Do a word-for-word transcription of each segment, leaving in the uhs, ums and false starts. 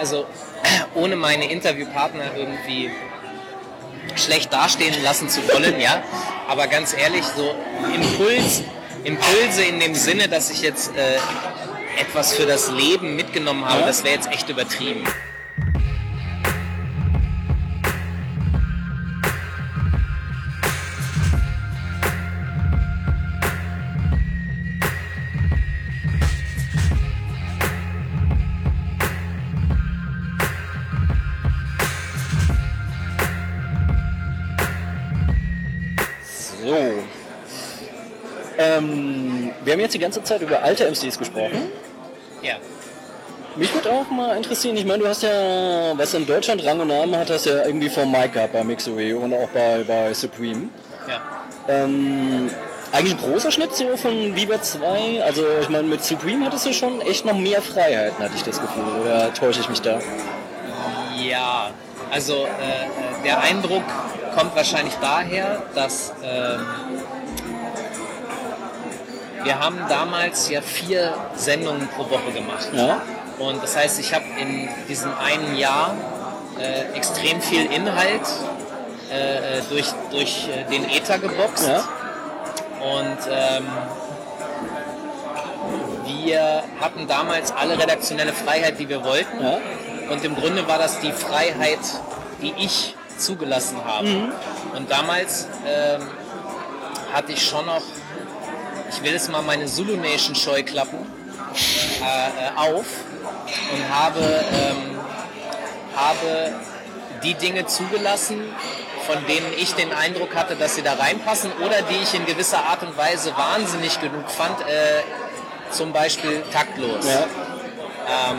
also ohne meine Interviewpartner irgendwie schlecht dastehen lassen zu wollen, ja, aber ganz ehrlich, so Impuls, Impulse in dem Sinne, dass ich jetzt äh, etwas für das Leben mitgenommen habe, das wäre jetzt echt übertrieben. So. Ähm, wir haben jetzt die ganze Zeit über alte M Cs gesprochen. Ja. Mich würde auch mal interessieren, ich meine, du hast ja, was in Deutschland Rang und Namen hat, hast ja irgendwie vor Mike gehabt bei Mixory und auch bei, bei Supreme. Ja. Ähm, eigentlich ein großer Schnitt so von Viva zwei, also ich meine, mit Supreme hattest du schon echt noch mehr Freiheiten, hatte ich das Gefühl, oder täusche ich mich da? Ja, also äh, der Eindruck kommt wahrscheinlich daher, dass ähm, wir haben damals ja vier Sendungen pro Woche gemacht. Ja. Und das heißt, ich habe in diesem einen Jahr äh, extrem viel Inhalt äh, durch, durch äh, den Äther geboxt. Ja. Und ähm, wir hatten damals alle redaktionelle Freiheit, die wir wollten. Ja. Und im Grunde war das die Freiheit, die ich zugelassen habe. Mhm. Und damals ähm, hatte ich schon noch, ich will es mal meine Zulu Nation Scheuklappen äh, auf und habe, ähm, habe die Dinge zugelassen, von denen ich den Eindruck hatte, dass sie da reinpassen oder die ich in gewisser Art und Weise wahnsinnig genug fand, äh, zum Beispiel taktlos. Ja. Ähm,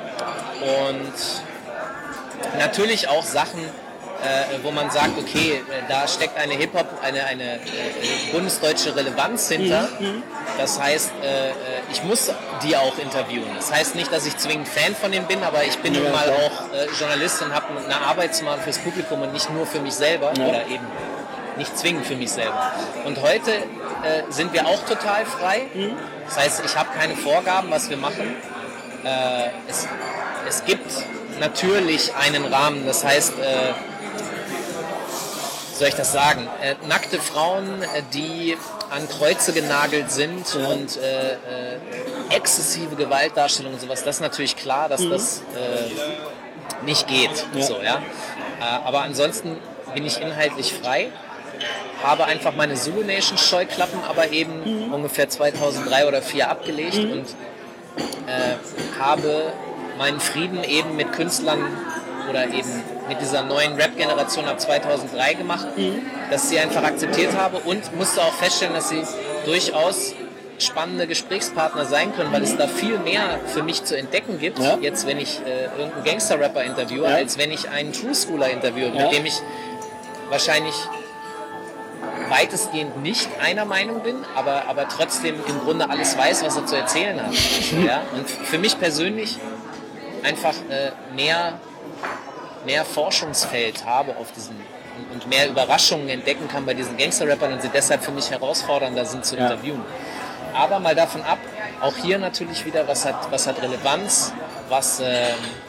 und natürlich auch Sachen, äh, wo man sagt, okay, äh, da steckt eine Hip-Hop, eine, eine äh, bundesdeutsche Relevanz hinter. Mhm. Das heißt, äh, ich muss die auch interviewen. Das heißt nicht, dass ich zwingend Fan von dem bin, aber ich bin ja, nun mal klar. auch äh, Journalist und habe eine Arbeit zu machen fürs Publikum und nicht nur für mich selber ja. oder eben nicht zwingend für mich selber. Und heute äh, sind wir auch total frei. Mhm. Das heißt, ich habe keine Vorgaben, was wir machen. Äh, es, es gibt natürlich einen Rahmen, das heißt, äh, soll ich das sagen, äh, nackte Frauen, äh, die an Kreuze genagelt sind ja. und äh, äh, exzessive Gewaltdarstellungen und sowas, das ist natürlich klar, dass mhm. das äh, nicht geht. Ja. So, ja? Äh, aber ansonsten bin ich inhaltlich frei, habe einfach meine Zulu Nation Scheuklappen aber eben mhm. ungefähr zweitausenddrei oder zweitausendvier abgelegt mhm. und äh, habe meinen Frieden eben mit Künstlern oder eben mit dieser neuen Rap-Generation ab zweitausenddrei gemacht, mhm. dass ich sie einfach akzeptiert habe und musste auch feststellen, dass sie durchaus spannende Gesprächspartner sein können, weil es da viel mehr für mich zu entdecken gibt, ja. jetzt wenn ich äh, irgendeinen Gangster-Rapper interviewe, ja. als wenn ich einen True-Schooler interviewe, ja. mit dem ich wahrscheinlich weitestgehend nicht einer Meinung bin, aber, aber trotzdem im Grunde alles weiß, was er zu erzählen hat. Ja? Und für mich persönlich einfach äh, mehr, mehr Forschungsfeld habe auf diesen und, und mehr Überraschungen entdecken kann bei diesen Gangster-Rappern und sie deshalb für mich herausfordernder sind zu ja. interviewen. Aber mal davon ab, auch hier natürlich wieder, was hat, was hat Relevanz, was, äh,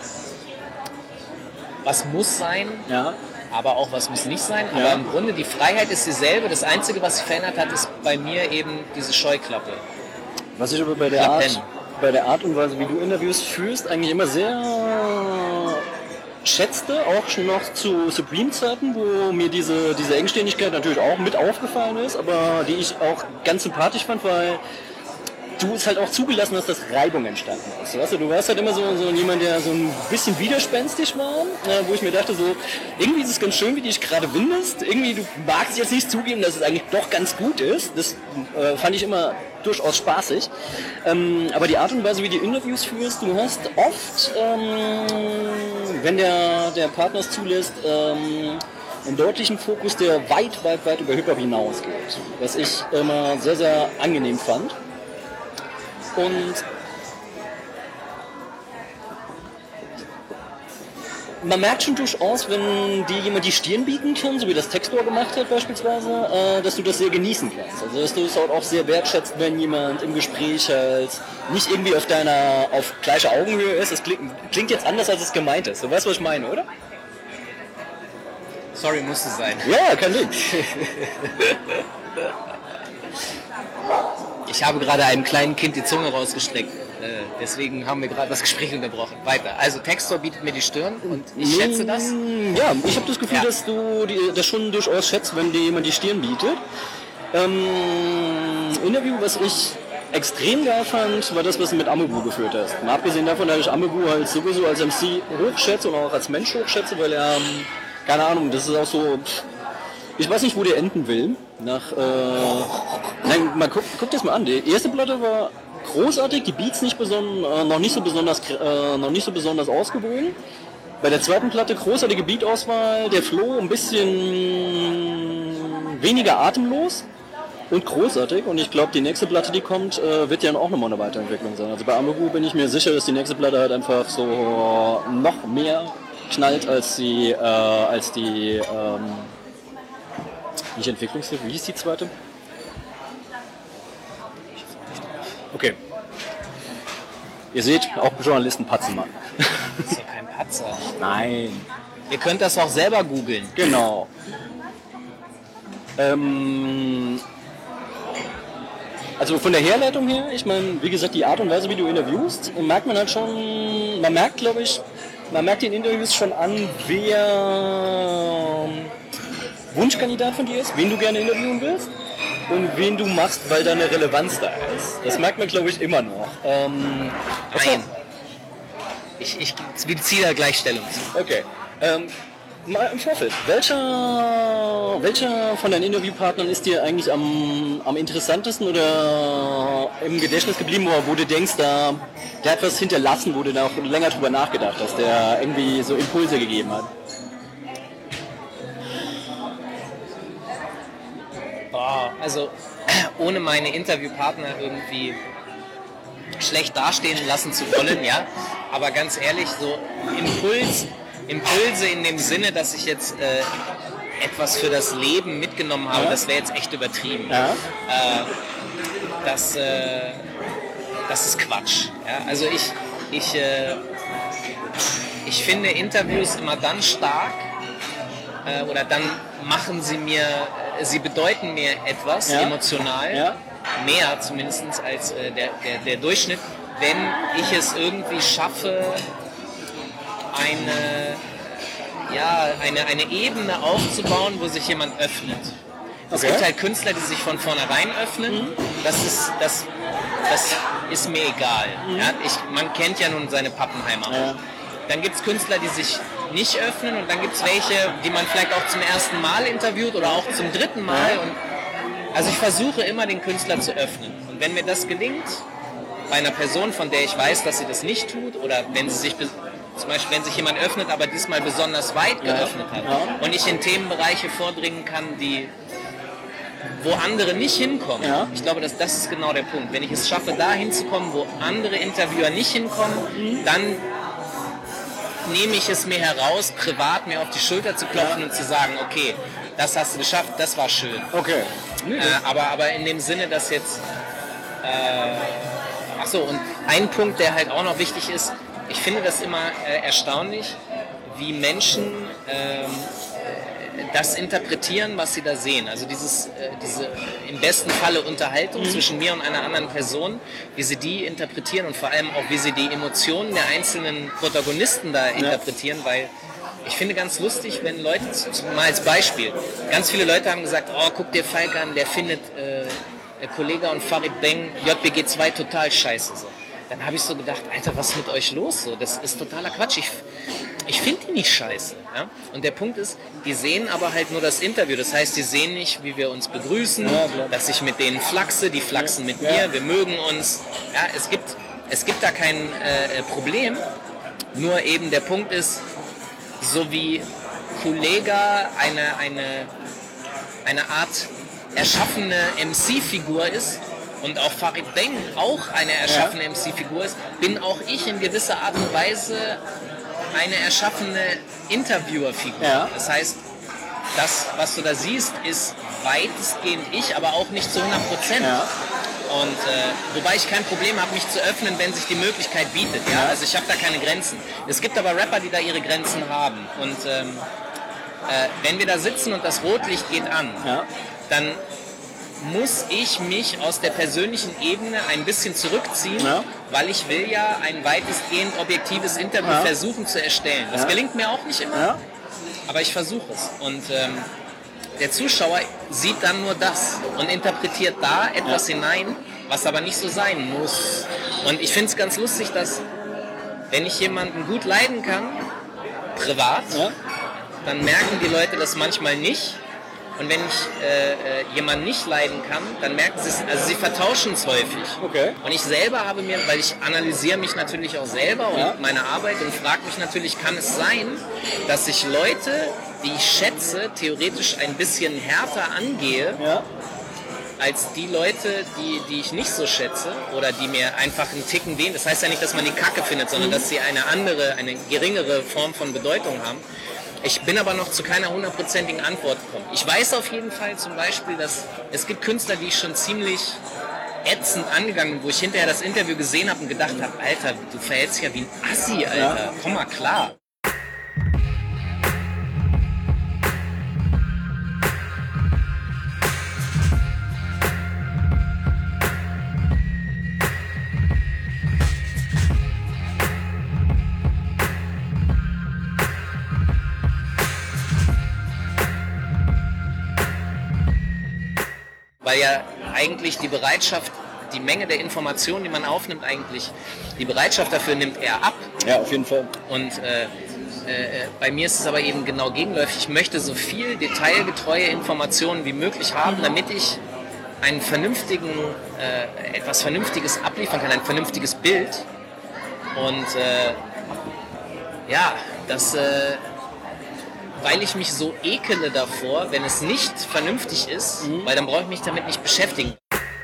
was muss sein, ja. aber auch was muss nicht sein. Ja. Aber im Grunde die Freiheit ist dieselbe. Das Einzige, was sich verändert hat, ist bei mir eben diese Scheuklappe. Was ich aber bei der, Art, bei der Art und Weise, wie du Interviews führst, eigentlich immer sehr schätzte, auch schon noch zu Supreme-Zeiten, wo mir diese, diese Engständigkeit natürlich auch mit aufgefallen ist, aber die ich auch ganz sympathisch fand, weil du es halt auch zugelassen hast, dass Reibung entstanden ist. Weißt du, du warst halt immer so, so jemand, der so ein bisschen widerspenstig war, äh, wo ich mir dachte, so, irgendwie ist es ganz schön, wie du dich gerade windest. Irgendwie, du magst jetzt nicht zugeben, dass es eigentlich doch ganz gut ist. Das äh, fand ich immer durchaus spaßig. Ähm, aber die Art und Weise, wie du Interviews führst, du hast oft, ähm, wenn der, der Partner es zulässt, ähm, einen deutlichen Fokus, der weit, weit, weit über Hip-Hop hinausgeht. Was ich immer sehr, sehr angenehm fand. Und man merkt schon durchaus, wenn dir jemand die Stirn bieten kann, so wie das Textor gemacht hat beispielsweise, äh, dass du das sehr genießen kannst. Also dass du es auch sehr wertschätzt, wenn jemand im Gespräch halt nicht irgendwie auf deiner, auf gleicher Augenhöhe ist. Es klingt, klingt jetzt anders, als es gemeint ist. Du weißt, was ich meine, oder? Sorry, musste sein. Ja, kein Ding. Ich habe gerade einem kleinen Kind die Zunge rausgestreckt. Äh, deswegen haben wir gerade das Gespräch unterbrochen. Weiter. Also Textor bietet mir die Stirn und ich schätze das. Ja, ich habe das Gefühl, Ja. dass du die, das schon durchaus schätzt, wenn dir jemand die Stirn bietet. Ähm, Interview, was ich extrem geil fand, war das, was du mit Amebu geführt hast. Mal abgesehen davon, dass ich Amebu halt sowieso als M C hochschätze und auch als Mensch hochschätze, weil er, ähm, keine Ahnung, das ist auch so, pff, ich weiß nicht, wo der enden will. Nach, äh, nein, mal guck, guck das mal an. Die erste Platte war großartig, die Beats nicht beson- äh, noch nicht so besonders, äh, noch nicht so besonders ausgewogen. Bei der zweiten Platte großartige Beatauswahl, der Flow ein bisschen weniger atemlos und großartig. Und ich glaube, die nächste Platte, die kommt, äh, wird ja auch nochmal eine Weiterentwicklung sein. Also bei Amebu bin ich mir sicher, dass die nächste Platte halt einfach so noch mehr knallt als die, äh, als die, ähm, nicht Entwicklungshilfe, wie hieß die zweite? Okay. Ihr seht, auch Journalisten patzen mal. Das ist ja kein Patzer. Nein. Ihr könnt das auch selber googeln. Genau. Ähm, also von der Herleitung her, ich meine, wie gesagt, die Art und Weise, wie du interviewst, merkt man halt schon, man merkt, glaube ich, man merkt den Interviews schon an, wer Wunschkandidat von dir ist, wen du gerne interviewen willst und wen du machst, weil da eine Relevanz da ist. Das merkt man, glaube ich, immer noch. Ähm, Nein. Ich, ich beziehe da gleich Stellung zu. Okay. Ähm, mal im Vorfeld, welcher, welcher von deinen Interviewpartnern ist dir eigentlich am, am interessantesten oder im Gedächtnis geblieben, wo, wo du denkst, da, der hat was hinterlassen, wo du da auch länger drüber nachgedacht hast, der irgendwie so Impulse gegeben hat? Boah, also ohne meine Interviewpartner irgendwie schlecht dastehen lassen zu wollen, ja. Aber ganz ehrlich, so Impuls, Impulse in dem Sinne, dass ich jetzt äh, etwas für das Leben mitgenommen habe, Ja. das wäre jetzt echt übertrieben. Ja. Äh, das, äh, das ist Quatsch. Ja? Also ich, ich, äh, ich finde Interviews immer dann stark äh, oder dann machen sie mir, äh, sie bedeuten mir etwas Ja. emotional, Ja. mehr zumindest als äh, der, der, der Durchschnitt, wenn ich es irgendwie schaffe, eine, ja, eine, eine Ebene aufzubauen, wo sich jemand öffnet. Es Okay. gibt halt Künstler, die sich von vornherein öffnen. Das ist, das, das ist mir egal. Ja, ich, man kennt ja nun seine Pappenheimer. Ja. Dann gibt es Künstler, die sich nicht öffnen und dann gibt es welche, die man vielleicht auch zum ersten Mal interviewt oder auch zum dritten Mal. Und also ich versuche immer, den Künstler zu öffnen. Und wenn mir das gelingt, bei einer Person, von der ich weiß, dass sie das nicht tut, oder wenn sie sich, be- zum Beispiel, wenn sich jemand öffnet, aber diesmal besonders weit geöffnet hat, Ja. und ich in Themenbereiche vordringen kann, die, wo andere nicht hinkommen. Ja. Ich glaube, dass das ist genau der Punkt. Wenn ich es schaffe, da hinzukommen, wo andere Interviewer nicht hinkommen, dann nehme ich es mir heraus, privat mir auf die Schulter zu klopfen und zu sagen, okay, das hast du geschafft, das war schön. Okay. Äh, aber, aber in dem Sinne, dass jetzt... Äh, achso, und ein Punkt, der halt auch noch wichtig ist, ich finde das immer äh, erstaunlich, wie Menschen ähm, das interpretieren, was sie da sehen. Also dieses, äh, diese im besten Falle Unterhaltung Mhm. zwischen mir und einer anderen Person, wie sie die interpretieren und vor allem auch, wie sie die Emotionen der einzelnen Protagonisten da interpretieren, weil ich finde ganz lustig, wenn Leute, mal als Beispiel, ganz viele Leute haben gesagt, oh, guck dir Falk an, der findet äh, der Kollege und Farid Bang J B G zwei total scheiße. So. Dann habe ich so gedacht, Alter, was ist mit euch los? So, das ist totaler Quatsch. Ich, ich finde die nicht scheiße. Ja? Und der Punkt ist, die sehen aber halt nur das Interview. Das heißt, die sehen nicht, wie wir uns begrüßen, Ja, klar. dass ich mit denen flachse, die flachsen mit Ja. mir, wir mögen uns. Ja, es gibt, es gibt da kein äh, Problem. Nur eben der Punkt ist, so wie Kollega eine, eine, eine Art erschaffene M C-Figur ist und auch Farid Bang auch eine erschaffene M C-Figur ist, bin auch ich in gewisser Art und Weise eine erschaffene Interviewerfigur. Ja. Das heißt, das, was du da siehst, ist weitestgehend ich, aber auch nicht zu hundert Prozent. Ja. Und äh, wobei ich kein Problem habe, mich zu öffnen, wenn sich die Möglichkeit bietet. Ja? Also ich habe da keine Grenzen. Es gibt aber Rapper, die da ihre Grenzen haben. Und ähm, äh, wenn wir da sitzen und das Rotlicht geht an, Ja. dann muss ich mich aus der persönlichen Ebene ein bisschen zurückziehen, Ja. weil ich will ja ein weitestgehend objektives Interview Ja. versuchen zu erstellen. Das Ja. gelingt mir auch nicht immer, Ja. aber ich versuche es. Und ähm, der Zuschauer sieht dann nur das und interpretiert da etwas Ja. hinein, was aber nicht so sein muss. Und ich finde es ganz lustig, dass wenn ich jemanden gut leiden kann, privat, Ja. dann merken die Leute das manchmal nicht. Und wenn ich äh, äh, jemanden nicht leiden kann, dann merken sie es, also sie vertauschen es häufig. Okay. Und ich selber habe mir, weil ich analysiere mich natürlich auch selber und Ja. meine Arbeit und frage mich natürlich, kann es sein, dass ich Leute, die ich schätze, theoretisch ein bisschen härter angehe, Ja. als die Leute, die, die ich nicht so schätze oder die mir einfach einen Ticken wehen. Das heißt ja nicht, dass man die Kacke findet, sondern dass sie eine andere, eine geringere Form von Bedeutung haben. Ich bin aber noch zu keiner hundertprozentigen Antwort gekommen. Ich weiß auf jeden Fall zum Beispiel, dass es gibt Künstler, die ich schon ziemlich ätzend angegangen bin, wo ich hinterher das Interview gesehen habe und gedacht habe, Alter, du verhältst dich ja wie ein Assi, Alter. Ja. Komm mal klar. Weil ja eigentlich die Bereitschaft, die Menge der Informationen, die man aufnimmt, eigentlich, die Bereitschaft dafür nimmt eher ab. Ja, auf jeden Fall. Und äh, äh, bei mir ist es aber eben genau gegenläufig. Ich möchte so viel detailgetreue Informationen wie möglich haben, damit ich einen vernünftigen, äh, etwas Vernünftiges abliefern kann, ein vernünftiges Bild. Und äh, ja, das... Äh, weil ich mich so ekele davor, wenn es nicht vernünftig ist, mhm. weil dann brauche ich mich damit nicht beschäftigen.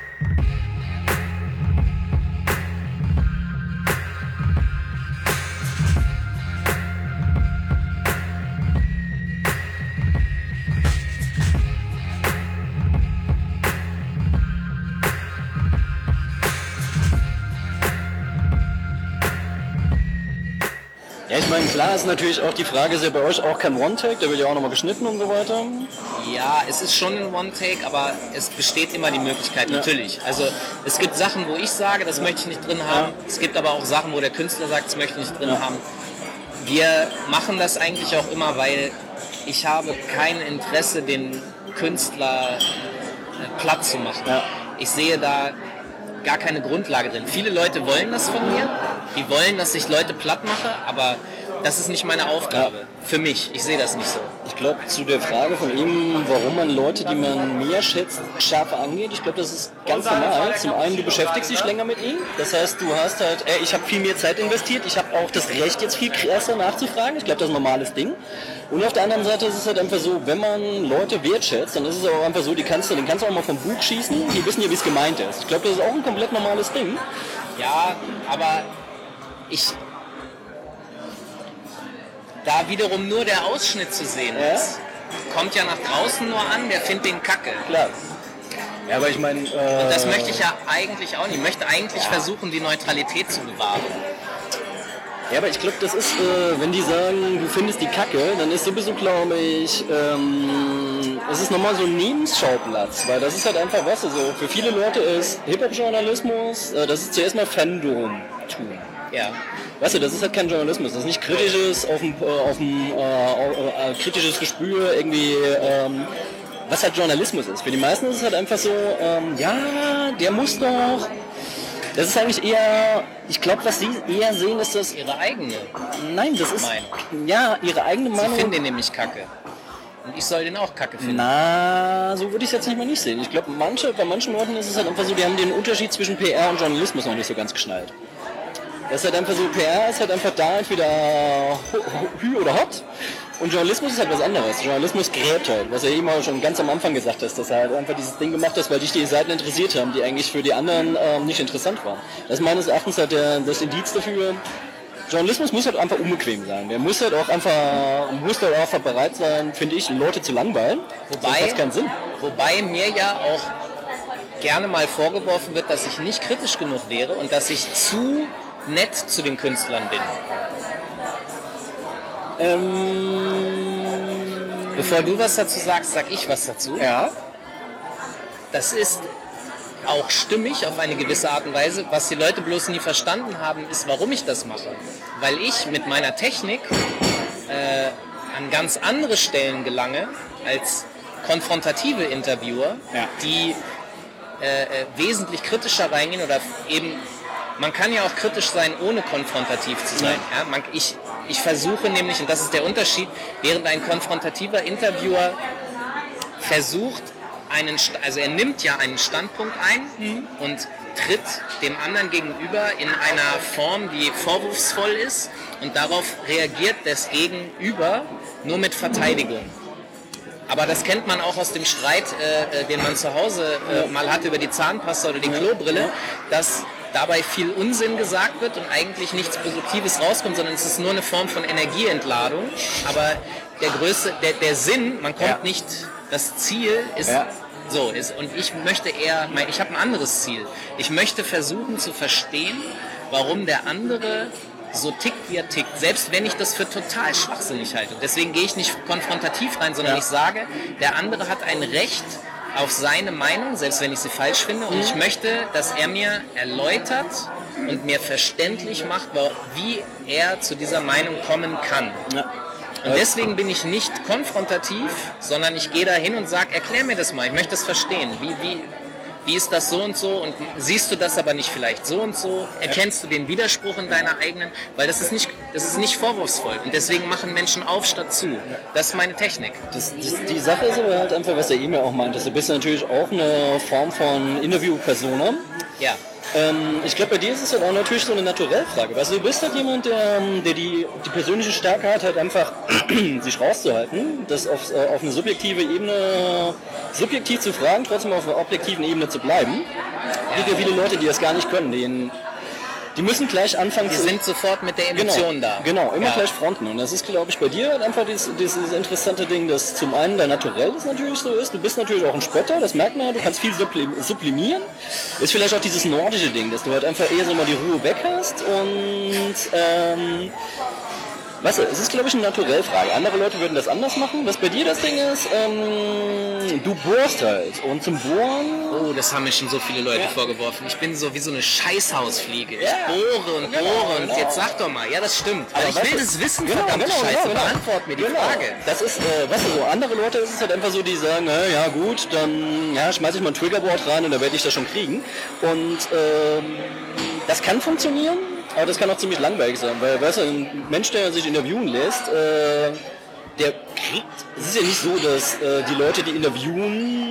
Ja, ich meine, klar ist natürlich auch die Frage, ist ja bei euch auch kein One-Take, der wird ja auch nochmal geschnitten und so weiter. Ja, es ist schon ein One-Take, aber es besteht immer die Möglichkeit, Ja. natürlich. Also es gibt Sachen, wo ich sage, das möchte ich nicht drin haben. Ja. Es gibt aber auch Sachen, wo der Künstler sagt, das möchte ich nicht drin Ja. haben. Wir machen das eigentlich auch immer, weil ich habe kein Interesse, den Künstler äh, platt zu machen. Ja. Ich sehe da gar keine Grundlage drin. Viele Leute wollen das von mir, die wollen, dass ich Leute platt mache, aber das ist nicht meine Aufgabe. Für mich, ich sehe das nicht so. Ich glaube, zu der Frage von ihm, warum man Leute, die man mehr schätzt, schärfer angeht, ich glaube, das ist ganz normal. Zum einen, du beschäftigst dich länger mit ihm. Das heißt, du hast halt, ey, ich habe viel mehr Zeit investiert, ich habe auch das Recht, jetzt viel krasser nachzufragen. Ich glaube, das ist ein normales Ding. Und auf der anderen Seite ist es halt einfach so, wenn man Leute wertschätzt, dann ist es auch einfach so, die kannst du, den kannst du auch mal vom Buch schießen, die wissen ja, wie es gemeint ist. Ich glaube, das ist auch ein komplett normales Ding. Ja, aber ich... Da wiederum nur der Ausschnitt zu sehen Ja. ist, kommt ja nach draußen nur an, der findet den Kacke. Klar. Ja, aber ich meine... Äh, Und das möchte ich ja eigentlich auch nicht. Ich möchte eigentlich ja. versuchen, die Neutralität zu bewahren. Ja, aber ich glaube, das ist, äh, wenn die sagen, du findest die Kacke, dann ist sowieso, glaube ich, ähm, es ist nochmal so ein Nebensschauplatz, weil das ist halt einfach, was, also für viele Leute ist Hip-Hop-Journalismus, äh, das ist zuerst mal Fandom tun. Ja. Weißt du, das ist halt kein Journalismus, das ist nicht kritisches, auf dem, äh, auf dem, äh, äh, kritisches Gespür irgendwie, ähm, was halt Journalismus ist. Für die meisten ist es halt einfach so, ähm, ja, der muss doch... Das ist eigentlich eher, ich glaube, was sie eher sehen, ist das... Ihre eigene Nein, das ist... Meinung. Ja, ihre eigene Meinung. Sie finden den nämlich kacke. Und ich soll den auch kacke finden. Na, so würde ich es jetzt nicht mal nicht sehen. Ich glaube, manche, bei manchen Leuten ist es halt einfach so, die haben den Unterschied zwischen P R und Journalismus noch nicht so ganz geschnallt. Das ist halt einfach so, P R ist halt einfach da, entweder hü oder hot. Und Journalismus ist halt was anderes. Journalismus gräbt halt, was er eben auch schon ganz am Anfang gesagt hat, dass er halt einfach dieses Ding gemacht hat, weil dich die Seiten interessiert haben, die eigentlich für die anderen ähm, nicht interessant waren. Das ist meines Erachtens halt der, das Indiz dafür, Journalismus muss halt einfach unbequem sein. Der muss halt auch einfach, muss halt auch einfach bereit sein, finde ich, Leute zu langweilen. Wobei, das hat keinen Sinn. Wobei mir ja auch gerne mal vorgeworfen wird, dass ich nicht kritisch genug wäre und dass ich zu nett zu den Künstlern bin. Ähm, Bevor du was dazu sagst, sag ich was dazu. Ja. Das ist auch stimmig auf eine gewisse Art und Weise. Was die Leute bloß nie verstanden haben, ist, warum ich das mache. Weil ich mit meiner Technik äh, an ganz andere Stellen gelange als konfrontative Interviewer, ja. die äh, äh, wesentlich kritischer reingehen oder eben, man kann ja auch kritisch sein, ohne konfrontativ zu sein. Ja. Ja, man, ich, ich versuche nämlich, und das ist der Unterschied, während ein konfrontativer Interviewer versucht, einen, also er nimmt ja einen Standpunkt ein mhm. und tritt dem anderen gegenüber in einer Form, die vorwurfsvoll ist, und darauf reagiert das Gegenüber nur mit Verteidigung. Aber das kennt man auch aus dem Streit, äh, den man zu Hause äh, mal hat über die Zahnpasta oder die Klobrille, dass dabei viel Unsinn gesagt wird und eigentlich nichts Produktives rauskommt, sondern es ist nur eine Form von Energieentladung. Aber der größte, der, der Sinn, man kommt ja. nicht, das Ziel ist ja. so ist. Und ich möchte eher, ich habe ein anderes Ziel. Ich möchte versuchen zu verstehen, warum der andere so tickt, wie er tickt, selbst wenn ich das für total schwachsinnig halte. Deswegen gehe ich nicht konfrontativ rein, sondern ja. ich sage, der andere hat ein Recht auf seine Meinung, selbst wenn ich sie falsch finde, und ich möchte, dass er mir erläutert und mir verständlich macht, wie er zu dieser Meinung kommen kann. Ja. Und deswegen bin ich nicht konfrontativ, sondern ich gehe da hin und sage, erklär mir das mal, ich möchte das verstehen. Wie, wie, wie ist das so und so, und siehst du das aber nicht vielleicht so und so? Erkennst du den Widerspruch in deiner eigenen? Weil das ist nicht, das ist nicht vorwurfsvoll, und deswegen machen Menschen auf statt zu. Das ist meine Technik. Das, das, die Sache ist aber halt einfach, was der E-Mail auch meint, du bist natürlich auch eine Form von Interview-Persona. Ja. Ähm, ich glaube, bei dir ist es halt auch natürlich so eine Naturellfrage. Weißt du, du bist halt jemand, der, der die, die persönliche Stärke hat, halt einfach sich rauszuhalten, das auf, äh, auf eine subjektive Ebene subjektiv zu fragen, trotzdem auf einer objektiven Ebene zu bleiben. Es gibt ja viele Leute, die das gar nicht können, denen die müssen gleich anfangen die zu... Die sind sofort mit der Emotion genau, da. Genau, immer ja. gleich fronten. Und das ist, glaube ich, bei dir halt einfach dieses, dieses interessante Ding, dass zum einen dein Naturell das natürlich so ist. Du bist natürlich auch ein Spötter, das merkt man ja. Du kannst viel sublimieren. Ist vielleicht auch dieses nordische Ding, dass du halt einfach eher so mal die Ruhe weg hast. Und... Ähm, weißt du, es ist, glaube ich, eine Naturellfrage. Andere Leute würden das anders machen. Was bei dir das Ding ist, ähm, du bohrst halt. Und zum Bohren... Oh, das haben mir schon so viele Leute ja. vorgeworfen. Ich bin so wie so eine Scheißhausfliege. Ich ja. bohre und genau, bohre. genau. Und jetzt sag doch mal, ja, das stimmt. Aber ich will du, das wissen, genau, verdammte genau, Scheiße. Genau, Beantwort mir die genau. Frage. Das ist, äh, weißt du, so andere Leute ist es halt einfach so, die sagen, äh, ja gut, dann ja, schmeiße ich mal ein Triggerboard rein und dann werde ich das schon kriegen. Und ähm, das kann funktionieren. Aber das kann auch ziemlich langweilig sein, weil, weißt du, ein Mensch, der sich interviewen lässt, äh, der kriegt, es ist ja nicht so, dass äh, die Leute, die interviewen,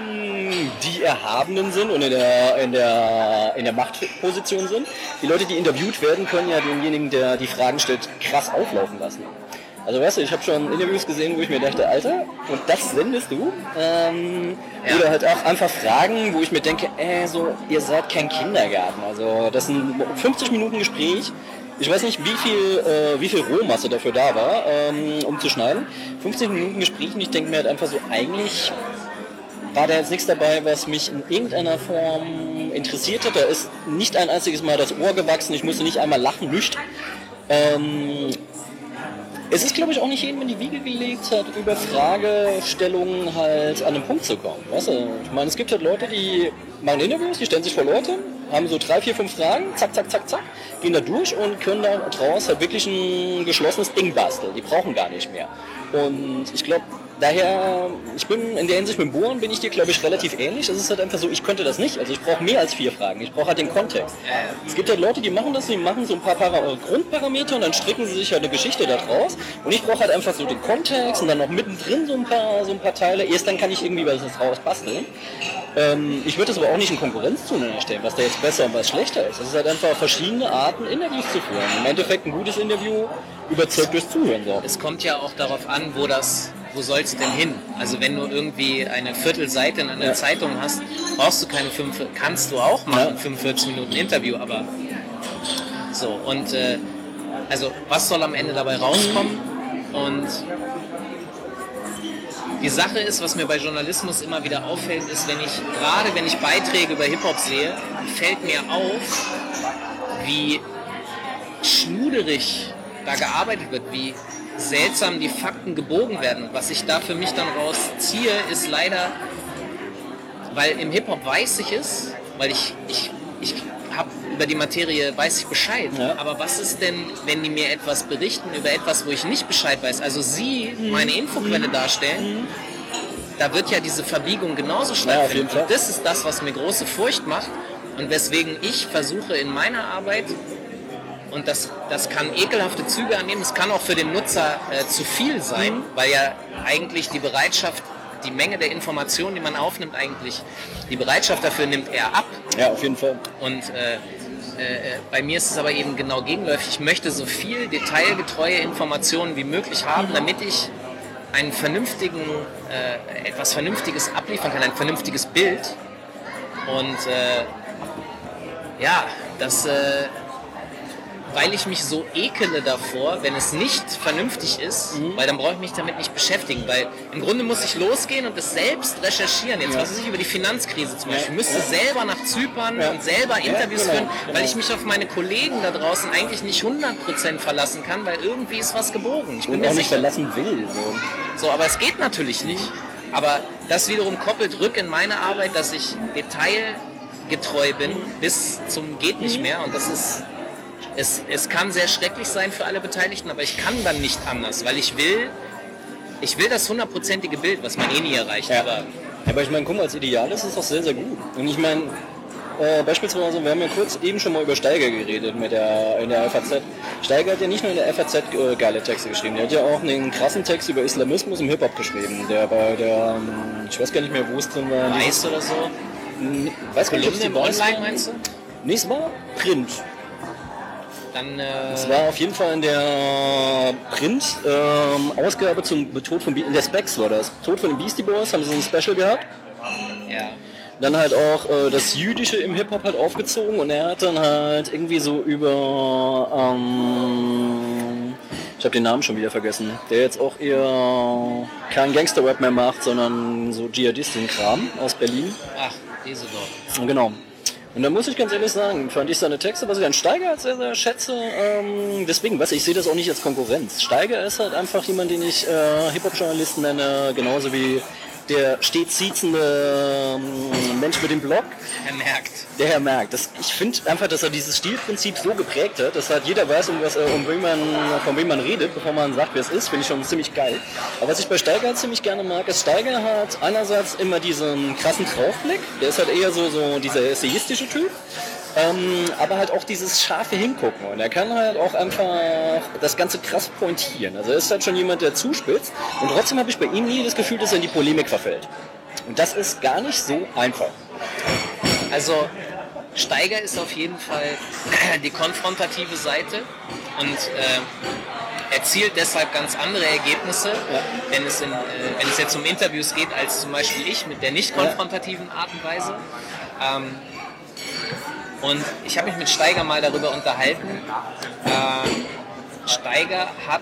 die Erhabenen sind und in der, in der, in der Machtposition sind. Die Leute, die interviewt werden, können ja denjenigen, der die Fragen stellt, krass auflaufen lassen. Also weißt du, ich habe schon Interviews gesehen, wo ich mir dachte, Alter, und das sendest du? Ähm, ja. Oder halt auch einfach Fragen, wo ich mir denke, äh, so, ihr seid kein Kindergarten. Also das ist ein fünfzig Minuten Gespräch. Ich weiß nicht, wie viel, äh, wie viel Rohmasse dafür da war, ähm, um zu schneiden. fünfzig Minuten Gespräch, und ich denke mir halt einfach so, eigentlich war da jetzt nichts dabei, was mich in irgendeiner Form interessiert hat. Da ist nicht ein einziges Mal das Ohr gewachsen, ich musste nicht einmal lachen, nichts. Ähm, Es ist, glaube ich, auch nicht jedem in die Wiege gelegt, halt über Fragestellungen halt an den Punkt zu kommen. Weißt du? Ich meine, es gibt halt Leute, die machen Interviews, die stellen sich vor Leute, haben so drei, vier, fünf Fragen, zack, zack, zack, zack, gehen da durch und können da draus halt wirklich ein geschlossenes Ding basteln. Die brauchen gar nicht mehr. Und ich glaube, daher, ich bin in der Hinsicht mit dem Bohren bin ich dir, glaube ich, relativ ähnlich. Es ist halt einfach so, ich könnte das nicht. Also ich brauche mehr als vier Fragen. Ich brauche halt den Kontext. Es gibt halt Leute, die machen das, die machen so ein paar Para- Grundparameter und dann stricken sie sich halt eine Geschichte da draus. Und ich brauche halt einfach so den Kontext und dann noch mittendrin so ein paar, so ein paar Teile. Erst dann kann ich irgendwie was draus basteln. Ähm, ich würde das aber auch nicht in Konkurrenz zueinander stellen, was da jetzt besser und was schlechter ist. Es ist halt einfach verschiedene Arten, Interviews zu führen. Im Endeffekt ein gutes Interview überzeugt durchs Zuhören. So. Es kommt ja auch darauf an, wo das, wo soll es denn hin? Also wenn du irgendwie eine Viertelseite in einer ja. Zeitung hast, brauchst du keine fünf, kannst du auch machen, ja. fünfundvierzig Minuten Interview, aber so. Und äh, also was soll am Ende dabei rauskommen? Und die Sache ist, was mir bei Journalismus immer wieder auffällt, ist, wenn ich, gerade wenn ich Beiträge über Hip-Hop sehe, fällt mir auf, wie schluderig da gearbeitet wird, wie seltsam die Fakten gebogen werden. Und was ich da für mich dann rausziehe, ist leider, weil im Hip-Hop weiß ich es, weil ich, ich, ich habe über die Materie, weiß ich Bescheid. Ja. Aber was ist denn, wenn die mir etwas berichten über etwas, wo ich nicht Bescheid weiß? Also sie mhm. meine Infoquelle darstellen, mhm. da wird ja diese Verbiegung genauso stattfinden. Ja, und das ist das, was mir große Furcht macht und weswegen ich versuche in meiner Arbeit, und das, das kann ekelhafte Züge annehmen, es kann auch für den Nutzer äh, zu viel sein, mhm. weil ja eigentlich die Bereitschaft, die Menge der Informationen, die man aufnimmt, eigentlich, die Bereitschaft dafür nimmt er ab. Ja, auf jeden Fall. Und äh, äh, bei mir ist es aber eben genau gegenläufig. Ich möchte so viel detailgetreue Informationen wie möglich haben, damit ich einen vernünftigen, äh, etwas Vernünftiges abliefern kann, ein vernünftiges Bild. Und äh, ja, das... Äh, weil ich mich so ekele davor, wenn es nicht vernünftig ist, mhm. weil dann brauche ich mich damit nicht beschäftigen, weil im Grunde muss ich losgehen und es selbst recherchieren. Jetzt ja. was weiß ich über die Finanzkrise zum Beispiel. Ich müsste ja. selber nach Zypern ja. und selber Interviews ja, genau, führen, genau. weil ich mich auf meine Kollegen da draußen eigentlich nicht hundert Prozent verlassen kann, weil irgendwie ist was gebogen. Ich bin und mir auch nicht sicher. verlassen will. So. so, aber es geht natürlich nicht. Aber das wiederum koppelt rück in meine Arbeit, dass ich detailgetreu bin bis zum geht nicht mehr und das ist... Es, es kann sehr schrecklich sein für alle Beteiligten, aber ich kann dann nicht anders, weil ich will, ich will das hundertprozentige Bild, was man eh nie erreicht. Ja. Aber, aber ich meine, guck mal, als Ideal ist es doch sehr, sehr gut. Und ich meine, äh, beispielsweise, wir haben ja kurz eben schon mal über Steiger geredet mit der, in der F A Z. Steiger hat ja nicht nur in der F A Z äh, geile Texte geschrieben, der hat ja auch einen krassen Text über Islamismus im Hip-Hop geschrieben, der bei der, ich weiß gar nicht mehr, wo es drin war. Weiß oder so? N- weiß gar nicht, ob es die Weiß Online meinst du? Nee, es war Print. Dann, äh es war auf jeden Fall in der Print-Ausgabe ähm, zum Tod von Be- in der Specs war das. Tod von den Beastie Boys, haben sie so ein Special gehabt. Ja. Dann halt auch äh, das Jüdische im Hip-Hop halt aufgezogen und er hat dann halt irgendwie so über, ähm, ich habe den Namen schon wieder vergessen, der jetzt auch eher kein Gangster-Rap mehr macht, sondern so Dschihadisten-Kram aus Berlin. Ach, Esedorf. Genau. Und da muss ich ganz ehrlich sagen, fand ich seine Texte, was ich an Steiger halt sehr, sehr schätze, ähm, deswegen, was ich sehe das auch nicht als Konkurrenz. Steiger ist halt einfach jemand, den ich äh, Hip-Hop-Journalisten nenne, genauso wie der stets siezende ähm, Mensch mit dem Blog. Herr Merkt. Der Herr Merkt. Das, ich finde einfach, dass er dieses Stilprinzip so geprägt hat, dass halt jeder weiß, um was, um wen man, von wem man redet, bevor man sagt, wer es ist, finde ich schon ziemlich geil. Aber was ich bei Steiger halt ziemlich gerne mag, ist, Steiger hat einerseits immer diesen krassen Draufblick, der ist halt eher so, so dieser essayistische Typ, ähm, aber halt auch dieses scharfe Hingucken. Und er kann halt auch einfach das Ganze krass pointieren. Also er ist halt schon jemand, der zuspitzt und trotzdem habe ich bei ihm nie das Gefühl, dass er in die Polemik verfällt. Und das ist gar nicht so einfach. Also Steiger ist auf jeden Fall die konfrontative Seite und äh, erzielt deshalb ganz andere Ergebnisse, ja. wenn, es in, äh, wenn es jetzt um Interviews geht, als zum Beispiel ich mit der nicht konfrontativen Art und Weise. Ähm, und ich habe mich mit Steiger mal darüber unterhalten. Äh, Steiger hat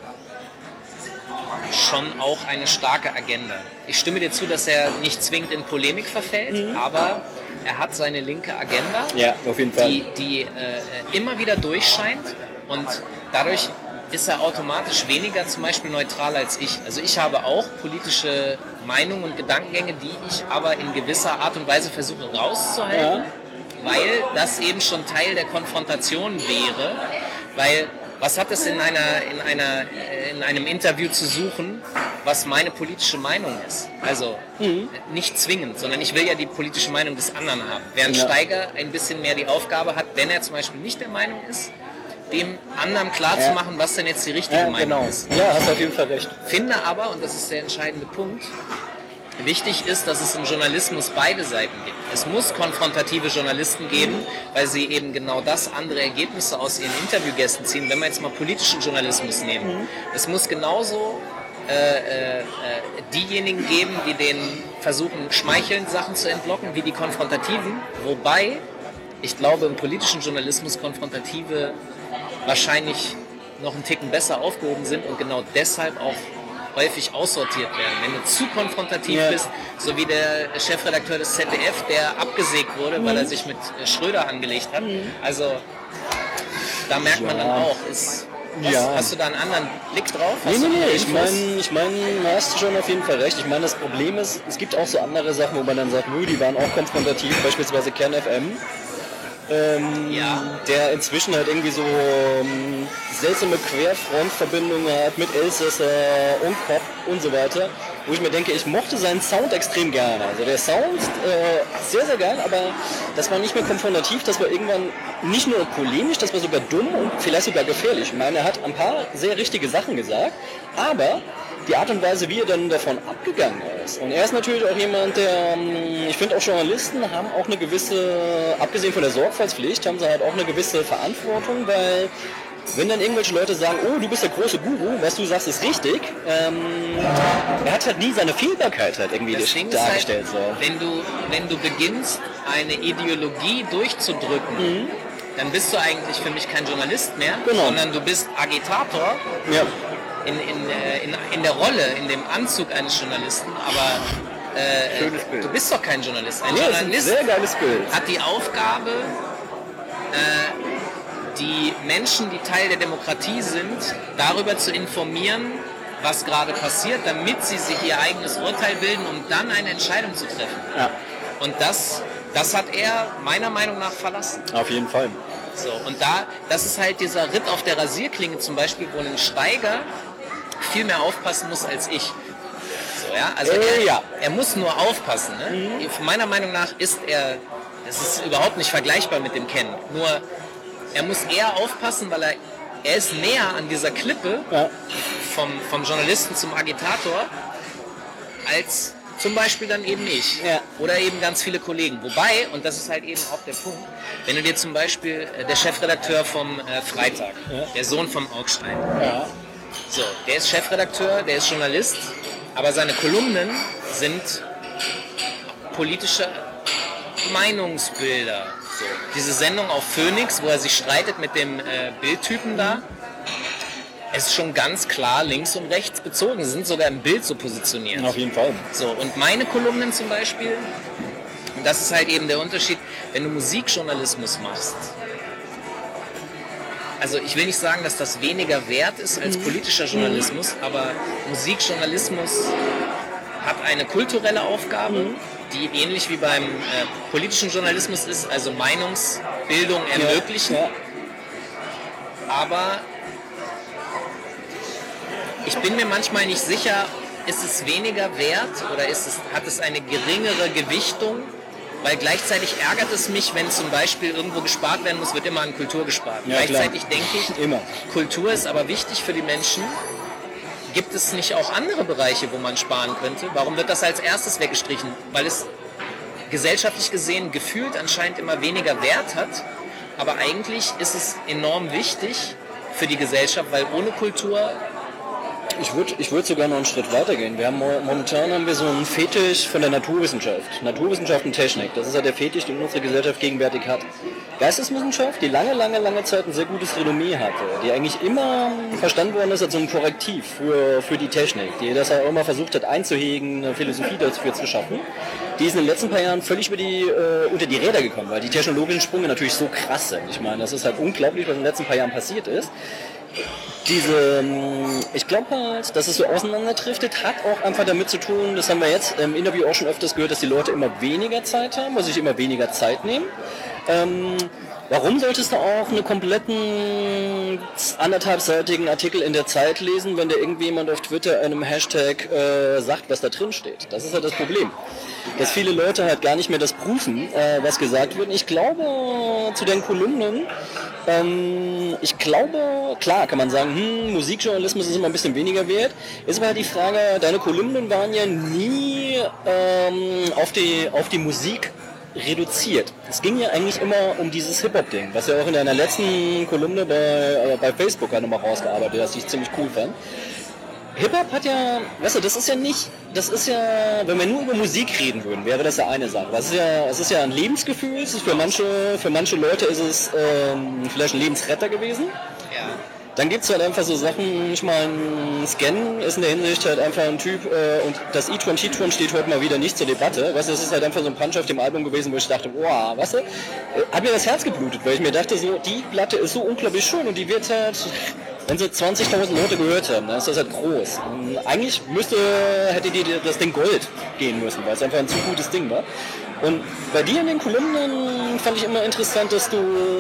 schon auch eine starke Agenda. Ich stimme dir zu, dass er nicht zwingend in Polemik verfällt, mhm. aber er hat seine linke Agenda, ja, auf jeden Fall. die, die äh, immer wieder durchscheint und dadurch ist er automatisch weniger zum Beispiel neutral als ich. Also ich habe auch politische Meinungen und Gedankengänge, die ich aber in gewisser Art und Weise versuche rauszuhalten, ja. weil das eben schon Teil der Konfrontation wäre, weil was hat es in einer, in einer, in einem Interview zu suchen, was meine politische Meinung ist? Also mhm. nicht zwingend, sondern ich will ja die politische Meinung des anderen haben. Während ja. Steiger ein bisschen mehr die Aufgabe hat, wenn er zum Beispiel nicht der Meinung ist, dem anderen klarzumachen, ja. was denn jetzt die richtige ja, Meinung genau. ist. Ja, hast auf jeden Fall recht. Finde aber, und das ist der entscheidende Punkt, wichtig ist, dass es im Journalismus beide Seiten gibt. Es muss konfrontative Journalisten geben, weil sie eben genau das, andere Ergebnisse aus ihren Interviewgästen ziehen. Wenn wir jetzt mal politischen Journalismus nehmen. Mhm. Es muss genauso äh, äh, diejenigen geben, die denen versuchen, schmeichelnd Sachen zu entlocken, wie die konfrontativen. Wobei, ich glaube, im politischen Journalismus Konfrontative wahrscheinlich noch einen Ticken besser aufgehoben sind und genau deshalb auch häufig aussortiert werden. Wenn du zu konfrontativ Ja. bist, so wie der Chefredakteur des Z D F, der abgesägt wurde, mhm. weil er sich mit Schröder angelegt hat. Mhm. Also da merkt man ja. dann auch, ist, was, ja. hast du da einen anderen Blick drauf? Hast nee, nee, nee, ich Infos? meine, ich mein, da hast du schon auf jeden Fall recht. Ich meine, das Problem ist, es gibt auch so andere Sachen, wo man dann sagt, nö, die waren auch konfrontativ, beispielsweise Kern F M. Ähm, ja. Der inzwischen halt irgendwie so ähm, seltsame Querfrontverbindungen hat mit Elsässer und Pop und so weiter, wo ich mir denke, ich mochte seinen Sound extrem gerne. Also der Sound äh, sehr, sehr geil, aber das war nicht mehr konfrontativ, das war irgendwann nicht nur polemisch, das war sogar dumm und vielleicht sogar gefährlich. Ich meine, er hat ein paar sehr richtige Sachen gesagt, aber die Art und Weise, wie er dann davon abgegangen ist. Und er ist natürlich auch jemand, der, ich finde auch Journalisten haben auch eine gewisse, abgesehen von der Sorgfaltspflicht, haben sie halt auch eine gewisse Verantwortung, weil wenn dann irgendwelche Leute sagen, oh, du bist der große Guru, was du sagst, ist richtig, ähm, er hat halt nie seine Fehlbarkeit halt irgendwie das Ding dargestellt. Ist halt, so. wenn, du, wenn du beginnst, eine Ideologie durchzudrücken, mhm. dann bist du eigentlich für mich kein Journalist mehr, genau. sondern du bist Agitator. Ja. In, in, in, in der Rolle, in dem Anzug eines Journalisten, aber äh, Schönes Bild. du bist doch kein Journalist. Ein ja, Journalist ein sehr geiles Bild. hat die Aufgabe, äh, die Menschen, die Teil der Demokratie sind, darüber zu informieren, was gerade passiert, damit sie sich ihr eigenes Urteil bilden, um dann eine Entscheidung zu treffen. Ja. Und das, das hat er meiner Meinung nach verlassen. Auf jeden Fall. So, und da, das ist halt dieser Ritt auf der Rasierklinge zum Beispiel, wo ein Steiger viel mehr aufpassen muss als ich. So, ja? Also äh, er, ja. er muss nur aufpassen. Ne? Mhm. Meiner Meinung nach ist er, das ist überhaupt nicht vergleichbar mit dem Ken. Nur er muss eher aufpassen, weil er, er ist näher an dieser Klippe ja. vom, vom Journalisten zum Agitator als zum Beispiel dann eben ich. Ja. Oder eben ganz viele Kollegen. Wobei, und das ist halt eben auch der Punkt, wenn du dir zum Beispiel äh, der Chefredakteur vom äh, Freitag, ja. der Sohn vom Augstein, ja. so, der ist Chefredakteur, der ist Journalist, aber seine Kolumnen sind politische Meinungsbilder. So. Diese Sendung auf Phoenix, wo er sich streitet mit dem äh, Bildtypen da, es ist schon ganz klar links und rechts bezogen. Sie sind sogar im Bild so positioniert. Auf jeden Fall. So, und meine Kolumnen zum Beispiel, und das ist halt eben der Unterschied, wenn du Musikjournalismus machst. Also ich will nicht sagen, dass das weniger wert ist als politischer Journalismus, mhm. aber Musikjournalismus hat eine kulturelle Aufgabe, mhm. die ähnlich wie beim äh, politischen Journalismus ist, also Meinungsbildung ermöglichen. Ja, ja. Aber ich bin mir manchmal nicht sicher, ist es weniger wert oder ist es, hat es eine geringere Gewichtung? Weil gleichzeitig ärgert es mich, wenn zum Beispiel irgendwo gespart werden muss, wird immer an Kultur gespart. Ja, gleichzeitig klar. denke ich, immer. Kultur ist aber wichtig für die Menschen. Gibt es nicht auch andere Bereiche, wo man sparen könnte? Warum wird das als erstes weggestrichen? Weil es gesellschaftlich gesehen gefühlt anscheinend immer weniger Wert hat. Aber eigentlich ist es enorm wichtig für die Gesellschaft, weil ohne Kultur... Ich würde ich würd sogar noch einen Schritt weiter gehen. Wir haben momentan haben wir so einen Fetisch von der Naturwissenschaft. Naturwissenschaft und Technik. Das ist ja der Fetisch, den unsere Gesellschaft gegenwärtig hat. Geisteswissenschaft, die lange, lange, lange Zeit ein sehr gutes Renommee hatte, die eigentlich immer verstanden worden ist als so ein Korrektiv für, für die Technik, die das auch immer versucht hat einzuhegen, eine Philosophie dafür zu schaffen. Die ist in den letzten paar Jahren völlig über die, äh, unter die Räder gekommen, weil die technologischen Sprünge natürlich so krass sind. Ich meine, das ist halt unglaublich, was in den letzten paar Jahren passiert ist. Diese, ich glaube halt, dass es so auseinanderdriftet, hat auch einfach damit zu tun, das haben wir jetzt im Interview auch schon öfters gehört, dass die Leute immer weniger Zeit haben, weil sie sich immer weniger Zeit nehmen. Ähm, warum solltest du auch einen kompletten anderthalbseitigen Artikel in der Zeit lesen, wenn da irgendwie jemand auf Twitter einem Hashtag äh, sagt, was da drin steht? Das ist halt das Problem. Dass viele Leute halt gar nicht mehr das prüfen, äh, was gesagt wird. Ich glaube, zu den Kolumnen, ähm, ich glaube, klar kann man sagen, hm, Musikjournalismus ist immer ein bisschen weniger wert. Ist aber halt die Frage, deine Kolumnen waren ja nie ähm, auf die, auf die Musik reduziert. Es ging ja eigentlich immer um dieses Hip-Hop-Ding, was ja auch in deiner letzten Kolumne bei, äh, bei Facebook halt nochmal rausgearbeitet hast, die ich ziemlich cool fand. Hip-Hop hat ja, weißt du, das ist ja nicht, das ist ja, wenn wir nur über Musik reden würden, wäre das ja eine Sache. Das ist ja, es ist ja ein Lebensgefühl, es ist für manche, für manche Leute ist es ähm, vielleicht ein Lebensretter gewesen. Ja. Dann gibt es halt einfach so Sachen, ich meine, Scan ist in der Hinsicht halt einfach ein Typ äh, und das E-Tron, T-Tron steht heute mal wieder nicht zur Debatte. Weißt du, das ist halt einfach so ein Punch auf dem Album gewesen, wo ich dachte, wow, weißt du, äh, hat mir das Herz geblutet, weil ich mir dachte, so, die Platte ist so unglaublich schön und die wird halt, wenn sie zwanzigtausend Leute gehört haben, dann ist das halt groß. Und eigentlich müsste, hätte die das Ding Gold gehen müssen, weil es einfach ein zu gutes Ding war. Und bei dir in den Kolumnen fand ich immer interessant, dass du,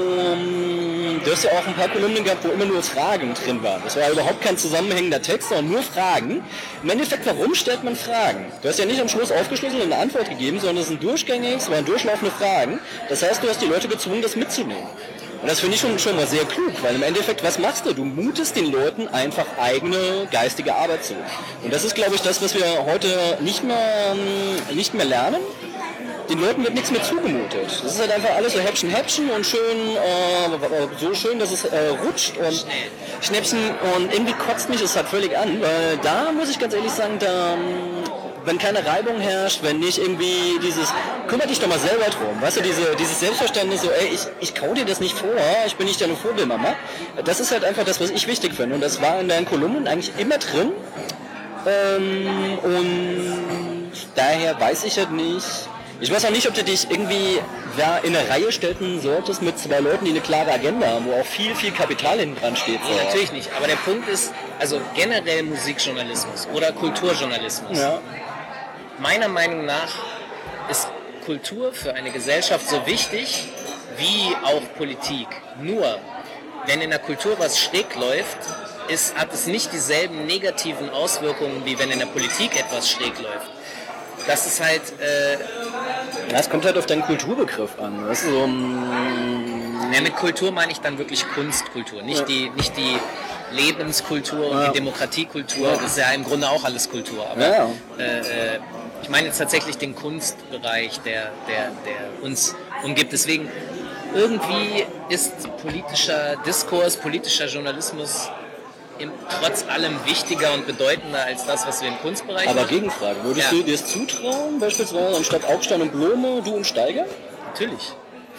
du hast ja auch ein paar Kolumnen gehabt, wo immer nur Fragen drin waren. Das war ja überhaupt kein zusammenhängender Text, sondern nur Fragen. Im Endeffekt, warum stellt man Fragen? Du hast ja nicht am Schluss aufgeschlüsselt und eine Antwort gegeben, sondern es sind durchgängig, es waren durchlaufende Fragen. Das heißt, du hast die Leute gezwungen, das mitzunehmen. Und das finde ich schon, schon mal sehr klug, weil im Endeffekt, was machst du? Du mutest den Leuten einfach eigene geistige Arbeit zu. Und das ist, glaube ich, das, was wir heute nicht mehr, nicht mehr lernen. Den Leuten wird nichts mehr zugemutet. Das ist halt einfach alles so Häppchen, Häppchen und schön, äh, so schön, dass es äh, rutscht und Schnäppchen und irgendwie kotzt mich das halt völlig an, weil da muss ich ganz ehrlich sagen, da, wenn keine Reibung herrscht, wenn nicht irgendwie dieses, kümmere dich doch mal selber drum, weißt du, diese, dieses Selbstverständnis so, ey, ich, ich kau dir das nicht vor, ich bin nicht deine Vorbildmama, das ist halt einfach das, was ich wichtig finde und das war in deinen Kolumnen eigentlich immer drin ähm, und daher weiß ich halt nicht, ich weiß auch nicht, ob du dich irgendwie ja, in eine Reihe stellen solltest mit zwei Leuten, die eine klare Agenda haben, wo auch viel, viel Kapital hinten dran steht. So. Nee, natürlich nicht. Aber der Punkt ist, also generell Musikjournalismus oder Kulturjournalismus. Ja. Meiner Meinung nach ist Kultur für eine Gesellschaft so wichtig wie auch Politik. Nur, wenn in der Kultur was schräg läuft, ist, hat es nicht dieselben negativen Auswirkungen, wie wenn in der Politik etwas schräg läuft. Das ist halt... Äh, ja, es kommt halt auf deinen Kulturbegriff an. Das ist so ein ja, mit Kultur meine ich dann wirklich Kunstkultur, nicht, ja. die, nicht die Lebenskultur und ja. die Demokratiekultur. Ja. Das ist ja im Grunde auch alles Kultur. Aber ja, ja. Äh, ich meine jetzt tatsächlich den Kunstbereich, der, der, der uns umgibt. Deswegen irgendwie ist politischer Diskurs, politischer Journalismus Im, trotz allem wichtiger und bedeutender als das, was wir im Kunstbereich Aber machen. Gegenfrage, würdest ja. du dir das zutrauen, beispielsweise anstatt Augstein und Blome, du und Steiger? Natürlich.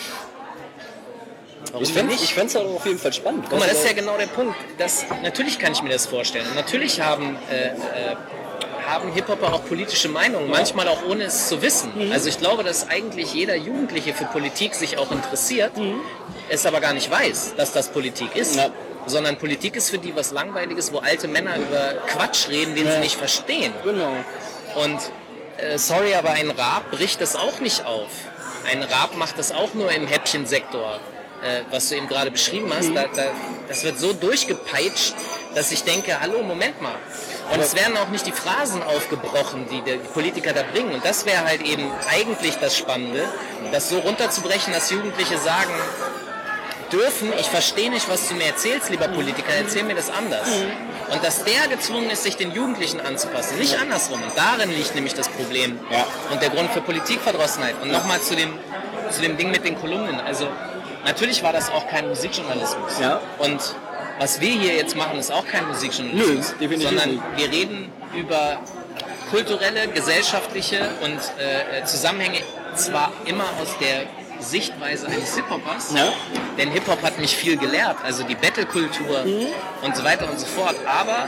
Warum ich fände es halt auf jeden Fall spannend. Guck mal, das ist ja genau der Punkt. Das, natürlich kann ich mir das vorstellen. Und natürlich haben, äh, äh, haben Hip-Hopper auch politische Meinungen, ja. manchmal auch ohne es zu wissen. Mhm. Also ich glaube, dass eigentlich jeder Jugendliche für Politik sich auch interessiert, mhm. es aber gar nicht weiß, dass das Politik ist. Ja. Sondern Politik ist für die was Langweiliges, wo alte Männer über Quatsch reden, den ja. sie nicht verstehen. Genau. Und äh, sorry, aber ein Raab bricht das auch nicht auf. Ein Raab macht das auch nur im Häppchensektor, äh, was du eben gerade beschrieben hast. Mhm. Da, da, das wird so durchgepeitscht, dass ich denke, hallo, Moment mal. Und aber es werden auch nicht die Phrasen aufgebrochen, die die Politiker da bringen. Und das wäre halt eben eigentlich das Spannende, das so runterzubrechen, dass Jugendliche sagen, dürfen, ich verstehe nicht, was du mir erzählst, lieber Politiker, erzähl mir das anders. Mhm. Und dass der gezwungen ist, sich den Jugendlichen anzupassen, nicht andersrum. Und darin liegt nämlich das Problem ja. und der Grund für Politikverdrossenheit. Und nochmal zu dem, zu dem Ding mit den Kolumnen. Also natürlich war das auch kein Musikjournalismus. Ja. Und was wir hier jetzt machen, ist auch kein Musikjournalismus, Nö, sondern wir reden über kulturelle, gesellschaftliche und äh, Zusammenhänge, zwar immer aus der Sichtweise eines Hip-Hoppers, ja. denn Hip-Hop hat mich viel gelehrt, also die Battle-Kultur mhm. und so weiter und so fort, aber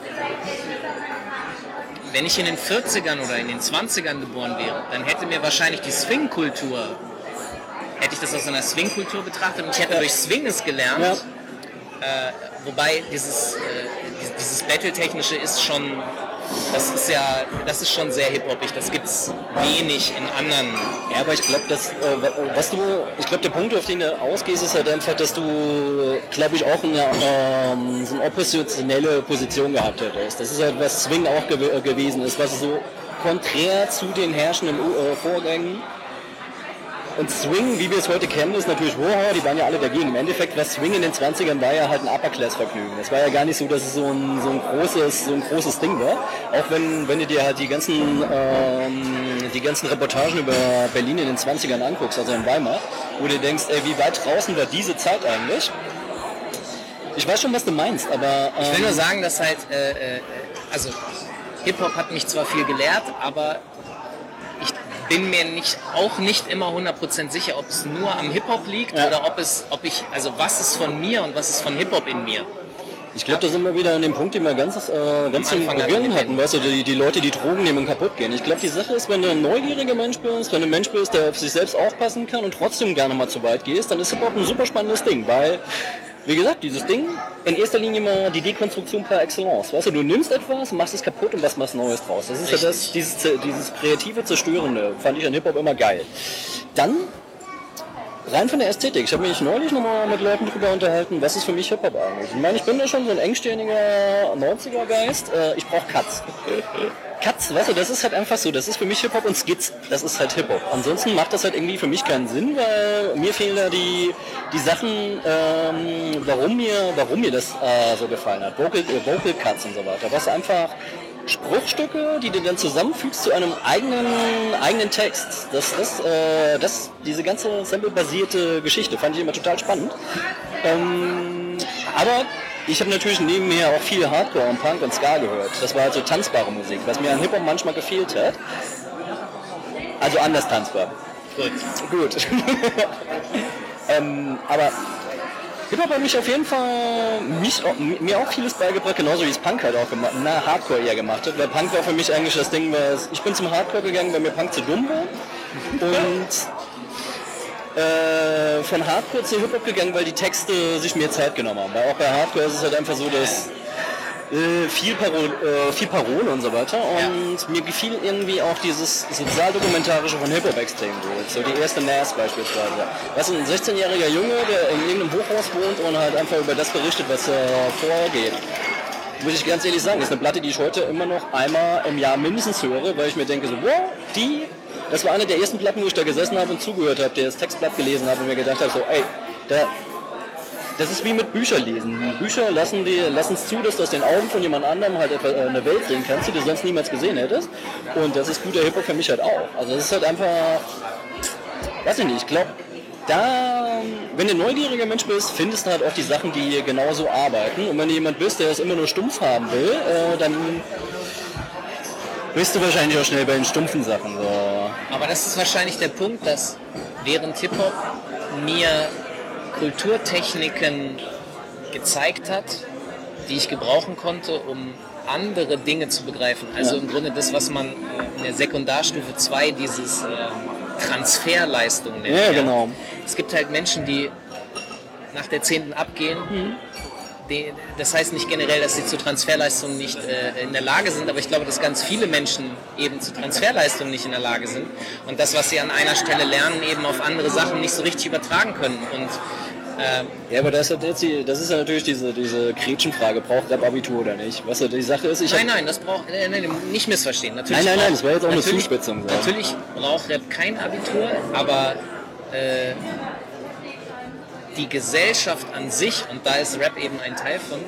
wenn ich in den vierzigern oder in den zwanzigern geboren wäre, dann hätte mir wahrscheinlich die Swing-Kultur, hätte ich das aus einer Swing-Kultur betrachtet und ich hätte ja. durch Swing es gelernt, ja. äh, wobei dieses, äh, dieses Battle-Technische ist schon, das ist ja, das ist schon sehr hip-hoppig, das gibt's wenig in anderen. Ja, aber ich glaube, dass, äh, was du, ich glaube, der Punkt, auf den du ausgehst, ist halt einfach, dass du, glaube ich, auch eine, ähm, so eine oppositionelle Position gehabt hättest. Das ist halt, was Swing auch gew- gewesen ist, was so konträr zu den herrschenden äh, Vorgängen. Und Swing, wie wir es heute kennen, ist natürlich Warhol, die waren ja alle dagegen. Im Endeffekt war Swing in den zwanzigern war ja halt ein Upper-Class-Vergnügen. Es war ja gar nicht so, dass es so ein, so ein, großes, so ein großes Ding war. Auch wenn, wenn du dir halt die ganzen, ähm, die ganzen Reportagen über Berlin in den zwanzigern anguckst, also in Weimar, wo du denkst, ey, wie weit draußen war diese Zeit eigentlich? Ich weiß schon, was du meinst, aber... Ähm, ich will nur sagen, dass halt, äh, äh, also Hip-Hop hat mich zwar viel gelehrt, aber ich bin mir nicht, auch nicht immer hundert Prozent sicher, ob es nur am Hip-Hop liegt ja. oder ob es, ob ich, also was ist von mir und was ist von Hip-Hop in mir. Ich glaube, da sind wir wieder an dem Punkt, den wir ganz, äh, ganz zum Anfang Beginn hatten. hatten, weißt du, die, die Leute, die Drogen nehmen und kaputt gehen. Ich glaube, die Sache ist, wenn du ein neugieriger Mensch bist, wenn du ein Mensch bist, der auf sich selbst aufpassen kann und trotzdem gerne mal zu weit gehst, dann ist Hip-Hop ein super spannendes Ding, weil, wie gesagt, dieses Ding, in erster Linie mal die Dekonstruktion par excellence. Weißt du, du nimmst etwas, machst es kaputt und was machst Neues draus. Das ist ja das, dieses, dieses kreative, zerstörende, fand ich an Hip-Hop immer geil. Dann rein von der Ästhetik. Ich habe mich neulich nochmal mit Leuten drüber unterhalten, was ist für mich Hip-Hop eigentlich? Ich meine, ich bin da schon so ein engstirniger neunziger-Geist. Äh, ich brauche Cuts. Cuts, weißt du, das ist halt einfach so. Das ist für mich Hip-Hop und Skits. Das ist halt Hip-Hop. Ansonsten macht das halt irgendwie für mich keinen Sinn, weil mir fehlen da die, die Sachen, ähm, warum mir, warum mir das äh, so gefallen hat. Vocal, äh, Vocal Cuts und so weiter. Was einfach Spruchstücke, die du dann zusammenfügst zu einem eigenen, eigenen Text. Das, das, äh, das, diese ganze sample-basierte Geschichte fand ich immer total spannend. Ähm, aber ich habe natürlich nebenher auch viel Hardcore und Punk und Ska gehört. Das war halt so tanzbare Musik, was mir an Hip-Hop manchmal gefehlt hat. Also anders tanzbar. Gut. Gut. ähm, aber Hip-Hop hat mich auf jeden Fall mich, mir auch vieles beigebracht, genauso wie es Punk halt auch gemacht, na Hardcore eher gemacht hat. Weil Punk war für mich eigentlich das Ding, was ich bin zum Hardcore gegangen, weil mir Punk zu dumm war. Und äh, von Hardcore zu Hip-Hop gegangen, weil die Texte sich mehr Zeit genommen haben. Weil auch bei Hardcore ist es halt einfach so, dass äh, viel, Paro äh, viel Parole und so weiter. Und ja. Mir gefiel irgendwie auch dieses sozialdokumentarische von Hip-Hop extrem gut. So die erste N A S beispielsweise. Was ein sechzehnjähriger Junge, der in irgendeinem Hochhaus wohnt und halt einfach über das berichtet, was äh, vorgeht. Muss ich ganz ehrlich sagen, ist eine Platte, die ich heute immer noch einmal im Jahr mindestens höre, weil ich mir denke so, wow, die, das war eine der ersten Platten, wo ich da gesessen habe und zugehört habe, der das Textblatt gelesen habe und mir gedacht habe, so, ey, da, das ist wie mit Büchern lesen. Bücher lassen die, lassen es zu, dass du aus den Augen von jemand anderem halt eine Welt sehen kannst, die du sonst niemals gesehen hättest. Und das ist guter Hip-Hop für mich halt auch. Also das ist halt einfach, weiß ich nicht, ich glaube, da, wenn du ein neugieriger Mensch bist, findest du halt auch die Sachen, die genauso arbeiten. Und wenn du jemand bist, der es immer nur stumpf haben will, äh, dann bist du wahrscheinlich auch schnell bei den stumpfen Sachen. So. Aber das ist wahrscheinlich der Punkt, dass während Hip-Hop mir Kulturtechniken gezeigt hat, die ich gebrauchen konnte, um andere Dinge zu begreifen. Also ja. Im Grunde das, was man in der Sekundarstufe zwei dieses äh, Transferleistung nennt. Ja, genau. Es gibt halt Menschen, die nach der zehnten abgehen. Mhm. Die, das heißt nicht generell, dass sie zu Transferleistungen nicht äh, in der Lage sind, aber ich glaube, dass ganz viele Menschen eben zu Transferleistungen nicht in der Lage sind und das, was sie an einer Stelle lernen, eben auf andere Sachen nicht so richtig übertragen können. Und Ähm, ja, aber das ist, ja, das ist ja natürlich diese, diese Gretchenfrage, braucht Rap Abitur oder nicht? Weißt du, die Sache ist, ich Nein, nein, das braucht, äh, nein, nicht missverstehen. Natürlich nein, nein, nein, braucht, das war jetzt auch eine natürlich, Zuspitzung. So. Natürlich braucht Rap kein Abitur, aber äh, die Gesellschaft an sich, und da ist Rap eben ein Teil von,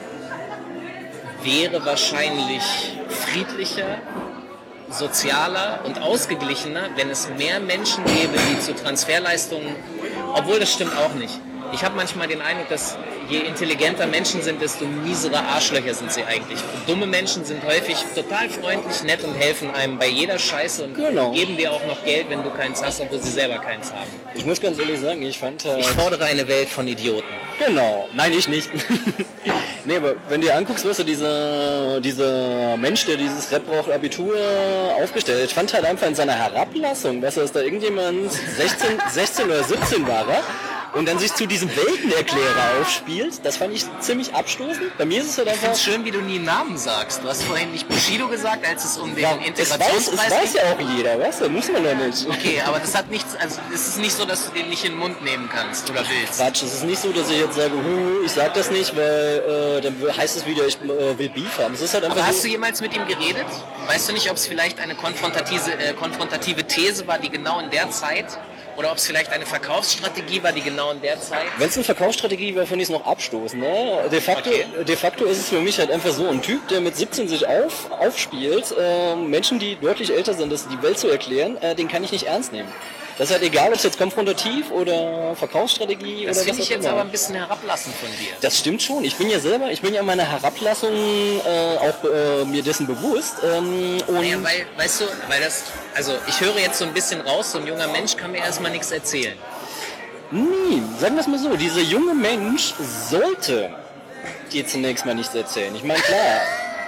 wäre wahrscheinlich friedlicher, sozialer und ausgeglichener, wenn es mehr Menschen gäbe, die zu Transferleistungen, obwohl das stimmt auch nicht. Ich habe manchmal den Eindruck, dass je intelligenter Menschen sind, desto miesere Arschlöcher sind sie eigentlich. Und dumme Menschen sind häufig total freundlich, nett und helfen einem bei jeder Scheiße und genau. geben dir auch noch Geld, wenn du keins hast, obwohl sie selber keins haben. Ich muss ganz ehrlich sagen, ich fand... Äh, ich fordere eine Welt von Idioten. Genau. Nein, ich nicht. Nee, aber wenn du dir anguckst, weißt du, dieser, dieser Mensch, der dieses Rap braucht Abitur aufgestellt hat, ich fand halt einfach in seiner Herablassung, weißt du, dass da irgendjemand sechzehn, sechzehn oder siebzehn war, und dann sich zu diesem Weltenerklärer aufspielt, das fand ich ziemlich abstoßend. Bei mir ist es halt einfach... Ich finde es schön, wie du nie Namen sagst. Du hast vorhin nicht Bushido gesagt, als es um den ja, Integrationspreis ging. Das weiß ja auch jeder, weißt du, muss man ja nicht. Okay, aber das hat nichts, also es ist nicht so, dass du den nicht in den Mund nehmen kannst oder willst. Quatsch, es ist nicht so, dass ich jetzt sage, ich sag das nicht, weil äh, dann heißt es wieder, ich äh, will Beef haben. Es ist halt einfach aber so, hast du jemals mit ihm geredet? Weißt du nicht, ob es vielleicht eine konfrontative, äh, konfrontative These war, die genau in der Zeit... Oder ob es vielleicht eine Verkaufsstrategie war, die genau in der Zeit... Wenn es eine Verkaufsstrategie war, finde ich es noch abstoßend. Ne? De, facto, okay. de facto ist es für mich halt einfach so, ein Typ, der mit siebzehn sich auf, aufspielt, äh, Menschen, die deutlich älter sind, das die Welt zu erklären, äh, den kann ich nicht ernst nehmen. Das ist halt egal, ob es jetzt konfrontativ oder Verkaufsstrategie das oder was finde ich jetzt aber ein bisschen herablassend von dir. Das stimmt schon. Ich bin ja selber, ich bin ja meiner Herablassung äh, auch äh, mir dessen bewusst. Ähm, und naja, weil, weißt du, weil das, also ich höre jetzt so ein bisschen raus, so ein junger Mensch kann mir erstmal nichts erzählen. Nee, sagen wir es mal so, dieser junge Mensch sollte dir zunächst mal nichts erzählen. Ich meine, klar.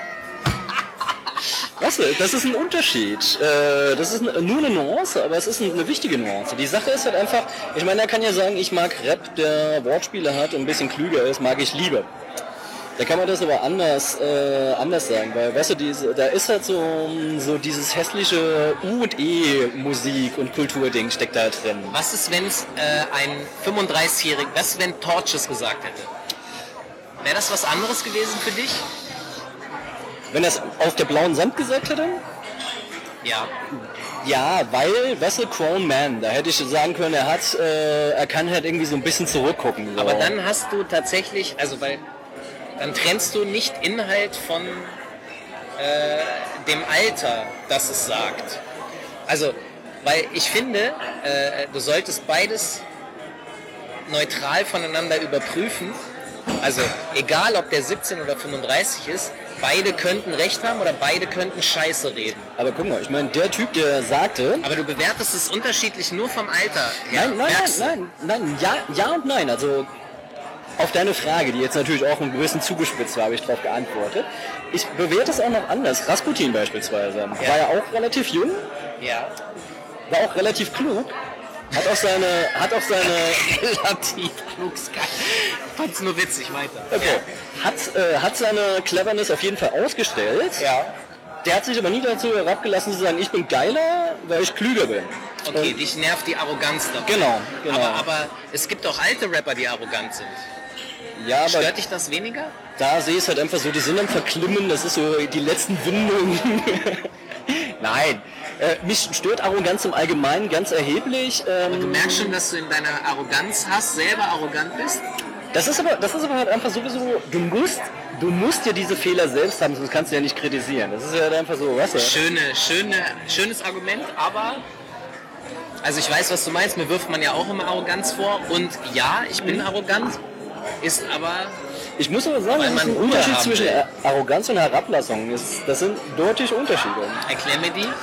Weißt du, das ist ein Unterschied. Äh, das ist nur eine Nuance, aber es ist eine wichtige Nuance. Die Sache ist halt einfach, ich meine, er kann ja sagen, ich mag Rap, der Wortspiele hat und ein bisschen klüger ist, mag ich lieber. Da kann man das aber anders, äh, anders sagen, weil, weißt du, diese, da ist halt so, so dieses hässliche U und E-Musik- und Kulturding steckt da halt drin. Was ist, wenn es äh, ein fünfunddreißigjähriger, was ist, wenn Torches gesagt hätte? Wäre das was anderes gewesen für dich? Wenn er es auf der blauen Sand gesagt hätte? Ja. Ja, weil, weißt du, Grown Man, da hätte ich sagen können, er hat, äh, er kann halt irgendwie so ein bisschen zurückgucken. So. Aber dann hast du tatsächlich, also weil, dann trennst du nicht Inhalt von äh, dem Alter, das es sagt. Also, weil ich finde, äh, du solltest beides neutral voneinander überprüfen. Also, egal ob der siebzehn oder fünfunddreißig ist, beide könnten Recht haben oder beide könnten Scheiße reden. Aber guck mal, ich meine, der Typ, der sagte... Aber du bewertest es unterschiedlich nur vom Alter her. Nein, nein, nein, nein, nein, ja, ja und nein. Also auf deine Frage, die jetzt natürlich auch ein bisschen zugespitzt war, habe ich darauf geantwortet. Ich bewerte es auch noch anders. Rasputin beispielsweise. Ja. War ja auch relativ jung. Ja. War auch relativ klug. Hat auch seine... Hat auch seine relativ klug. Fand's nur witzig, weiter. Okay. Ja. Hat, äh, hat seine Cleverness auf jeden Fall ausgestellt. Ja. Der hat sich aber nie dazu herabgelassen zu sagen, ich bin geiler, weil ich klüger bin. Okay, Und dich nervt die Arroganz dabei. Genau, genau. Aber, aber es gibt auch alte Rapper, die arrogant sind. Ja, aber stört dich das weniger? Da sehe ich es halt einfach so, die sind am Verklimmen, das ist so die letzten Windungen. Nein, äh, mich stört Arroganz im Allgemeinen ganz erheblich. Ähm, aber du merkst schon, dass du in deiner Arroganz hast, selber arrogant bist? Das ist aber, das ist aber halt einfach sowieso, du musst, du musst ja diese Fehler selbst haben, sonst kannst du ja nicht kritisieren. Das ist ja halt einfach so, weißt du? Schöne, schöne, schönes Argument, aber... Also ich weiß, was du meinst, mir wirft man ja auch immer Arroganz vor und ja, ich bin mhm. arrogant, ist aber... Ich muss aber sagen, das ist ein Unterschied zwischen will. Arroganz und Herablassung. Das sind deutliche Unterschiede. Erklär mir die.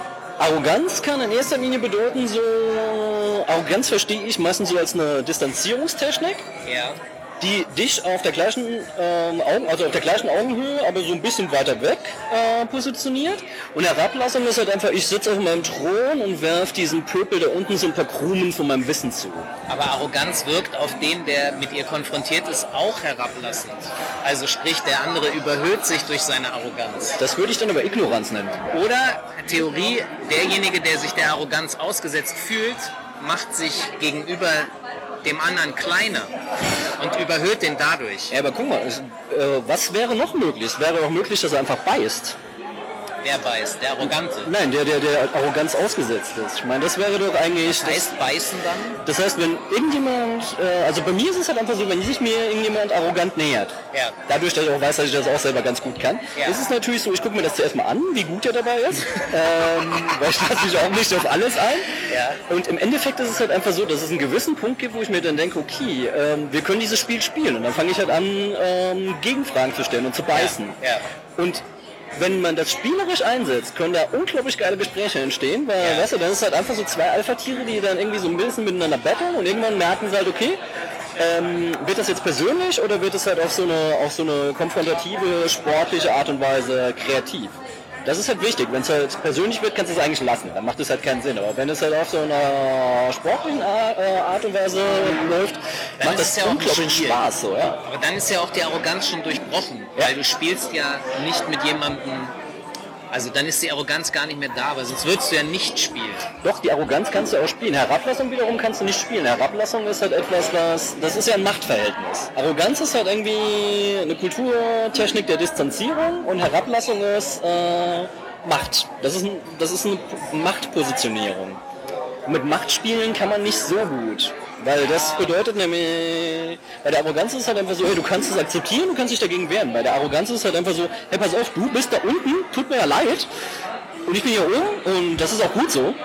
Arroganz kann in erster Linie bedeuten, so... Arroganz verstehe ich meistens so als eine Distanzierungstechnik. Ja. Die dich auf der gleichen ähm, Augen, also auf der gleichen Augenhöhe, aber so ein bisschen weiter weg äh, positioniert. Und Herablassung ist halt einfach, ich sitze auf meinem Thron und werfe diesen Pöbel da unten so ein paar Krumen von meinem Wissen zu. Aber Arroganz wirkt auf den, der mit ihr konfrontiert ist, auch herablassend. Also sprich, der andere überhöht sich durch seine Arroganz. Das würde ich dann aber Ignoranz nennen. Oder Theorie, derjenige, der sich der Arroganz ausgesetzt fühlt, macht sich gegenüber dem anderen kleiner und überhöht den dadurch. Ja, aber guck mal, es, äh, was wäre noch möglich? Es wäre auch möglich, dass er einfach beißt. Wer beißt? Der Arrogante? Nein, der, der der Arroganz ausgesetzt ist. Ich meine, das wäre doch eigentlich... Das heißt das, beißen dann? Das heißt, wenn irgendjemand... Äh, also bei mir ist es halt einfach so, wenn sich mir irgendjemand arrogant nähert, ja. dadurch, dass ich auch weiß, dass ich das auch selber ganz gut kann, ja. ist es natürlich so, ich gucke mir das zuerst mal an, wie gut er dabei ist. ähm, weil ich lasse mich auch nicht auf alles ein. Ja. Und im Endeffekt ist es halt einfach so, dass es einen gewissen Punkt gibt, wo ich mir dann denke, okay, ähm, wir können dieses Spiel spielen. Und dann fange ich halt an, ähm, Gegenfragen zu stellen und zu beißen. Ja. Ja. Und wenn man das spielerisch einsetzt, können da unglaublich geile Gespräche entstehen, weil, ja. weißt du, dann ist es halt einfach so zwei Alpha-Tiere, die dann irgendwie so ein bisschen miteinander battlen und irgendwann merken sie halt, okay, ähm, wird das jetzt persönlich oder wird es halt auf so eine, auf so eine konfrontative, sportliche Art und Weise kreativ? Das ist halt wichtig. Wenn es halt persönlich wird, kannst du es eigentlich lassen. Dann macht es halt keinen Sinn. Aber wenn es halt auf so einer sportlichen Art und Weise läuft, dann macht das ja unglaublich Spaß. So, ja. Aber dann ist ja auch die Arroganz schon durchbrochen. Ja. Weil du spielst ja nicht mit jemandem... Also dann ist die Arroganz gar nicht mehr da, weil sonst würdest du ja nicht spielen. Doch, die Arroganz kannst du auch spielen. Herablassung wiederum kannst du nicht spielen. Herablassung ist halt etwas, was... Das ist ja ein Machtverhältnis. Arroganz ist halt irgendwie eine Kulturtechnik der Distanzierung und Herablassung ist äh, Macht. Das ist, ein, das ist eine Machtpositionierung. Und mit Machtspielen kann man nicht so gut. Weil das bedeutet nämlich, bei der Arroganz ist es halt einfach so, hey, du kannst es akzeptieren, du kannst dich dagegen wehren. Bei der Arroganz ist es halt einfach so, hey, pass auf, du bist da unten, tut mir ja leid, und ich bin hier oben, und das ist auch gut so.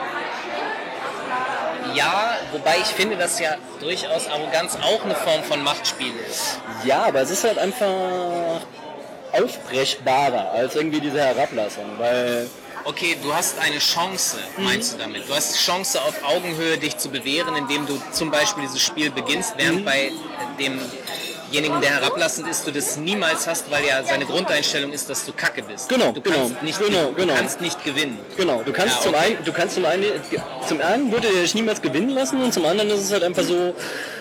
Ja, wobei ich finde, dass ja durchaus Arroganz auch eine Form von Machtspiel ist. Ja, aber es ist halt einfach aufbrechbarer als irgendwie diese Herablassung, weil... Okay, du hast eine Chance, meinst mhm. du damit? Du hast die Chance, auf Augenhöhe dich zu bewähren, indem du zum Beispiel dieses Spiel beginnst, während mhm. bei dem demjenigen, der herablassend ist, du das niemals hast, weil ja seine Grundeinstellung ist, dass du Kacke bist. Genau, du genau, kannst nicht, genau, du genau. kannst nicht gewinnen. Genau, du kannst Ja, zum okay. einen, du kannst zum einen, zum einen würde er dich niemals gewinnen lassen und zum anderen ist es halt einfach so,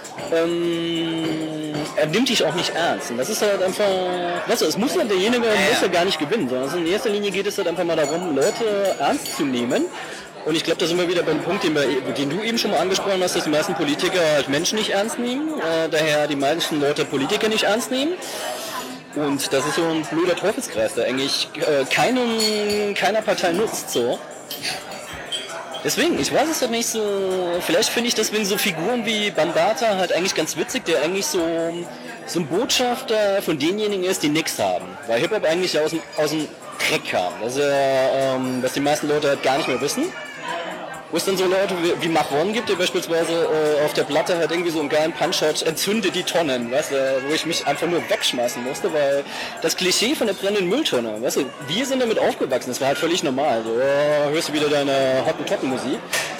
ähm, er nimmt dich auch nicht ernst. Und das ist halt einfach, weißt du, es muss ja derjenige ja, muss ja ja gar nicht gewinnen, sondern in erster Linie geht es halt einfach mal darum, Leute ernst zu nehmen. Und ich glaube, da sind wir wieder beim Punkt, den, wir, den du eben schon mal angesprochen hast, dass die meisten Politiker halt Menschen nicht ernst nehmen, äh, daher die meisten Leute Politiker nicht ernst nehmen. Und das ist so ein blöder Teufelskreis, der eigentlich äh, keinem, keiner Partei nutzt. So. Deswegen, ich weiß es halt nicht so, vielleicht finde ich deswegen so Figuren wie Bambata halt eigentlich ganz witzig, der eigentlich so, so ein Botschafter von denjenigen ist, die nichts haben. Weil Hip-Hop eigentlich aus dem, aus dem Dreck kam, das ist, äh, ähm, was die meisten Leute halt gar nicht mehr wissen. Wo es dann so Leute wie, wie Mach One gibt, der beispielsweise äh, auf der Platte halt irgendwie so einen geilen Punch hat, entzünde die Tonnen, weißt du, wo ich mich einfach nur wegschmeißen musste, weil das Klischee von der brennenden Mülltonne, weißt du, wir sind damit aufgewachsen, das war halt völlig normal, so, oh, hörst du wieder deine Hottentotten-Musik.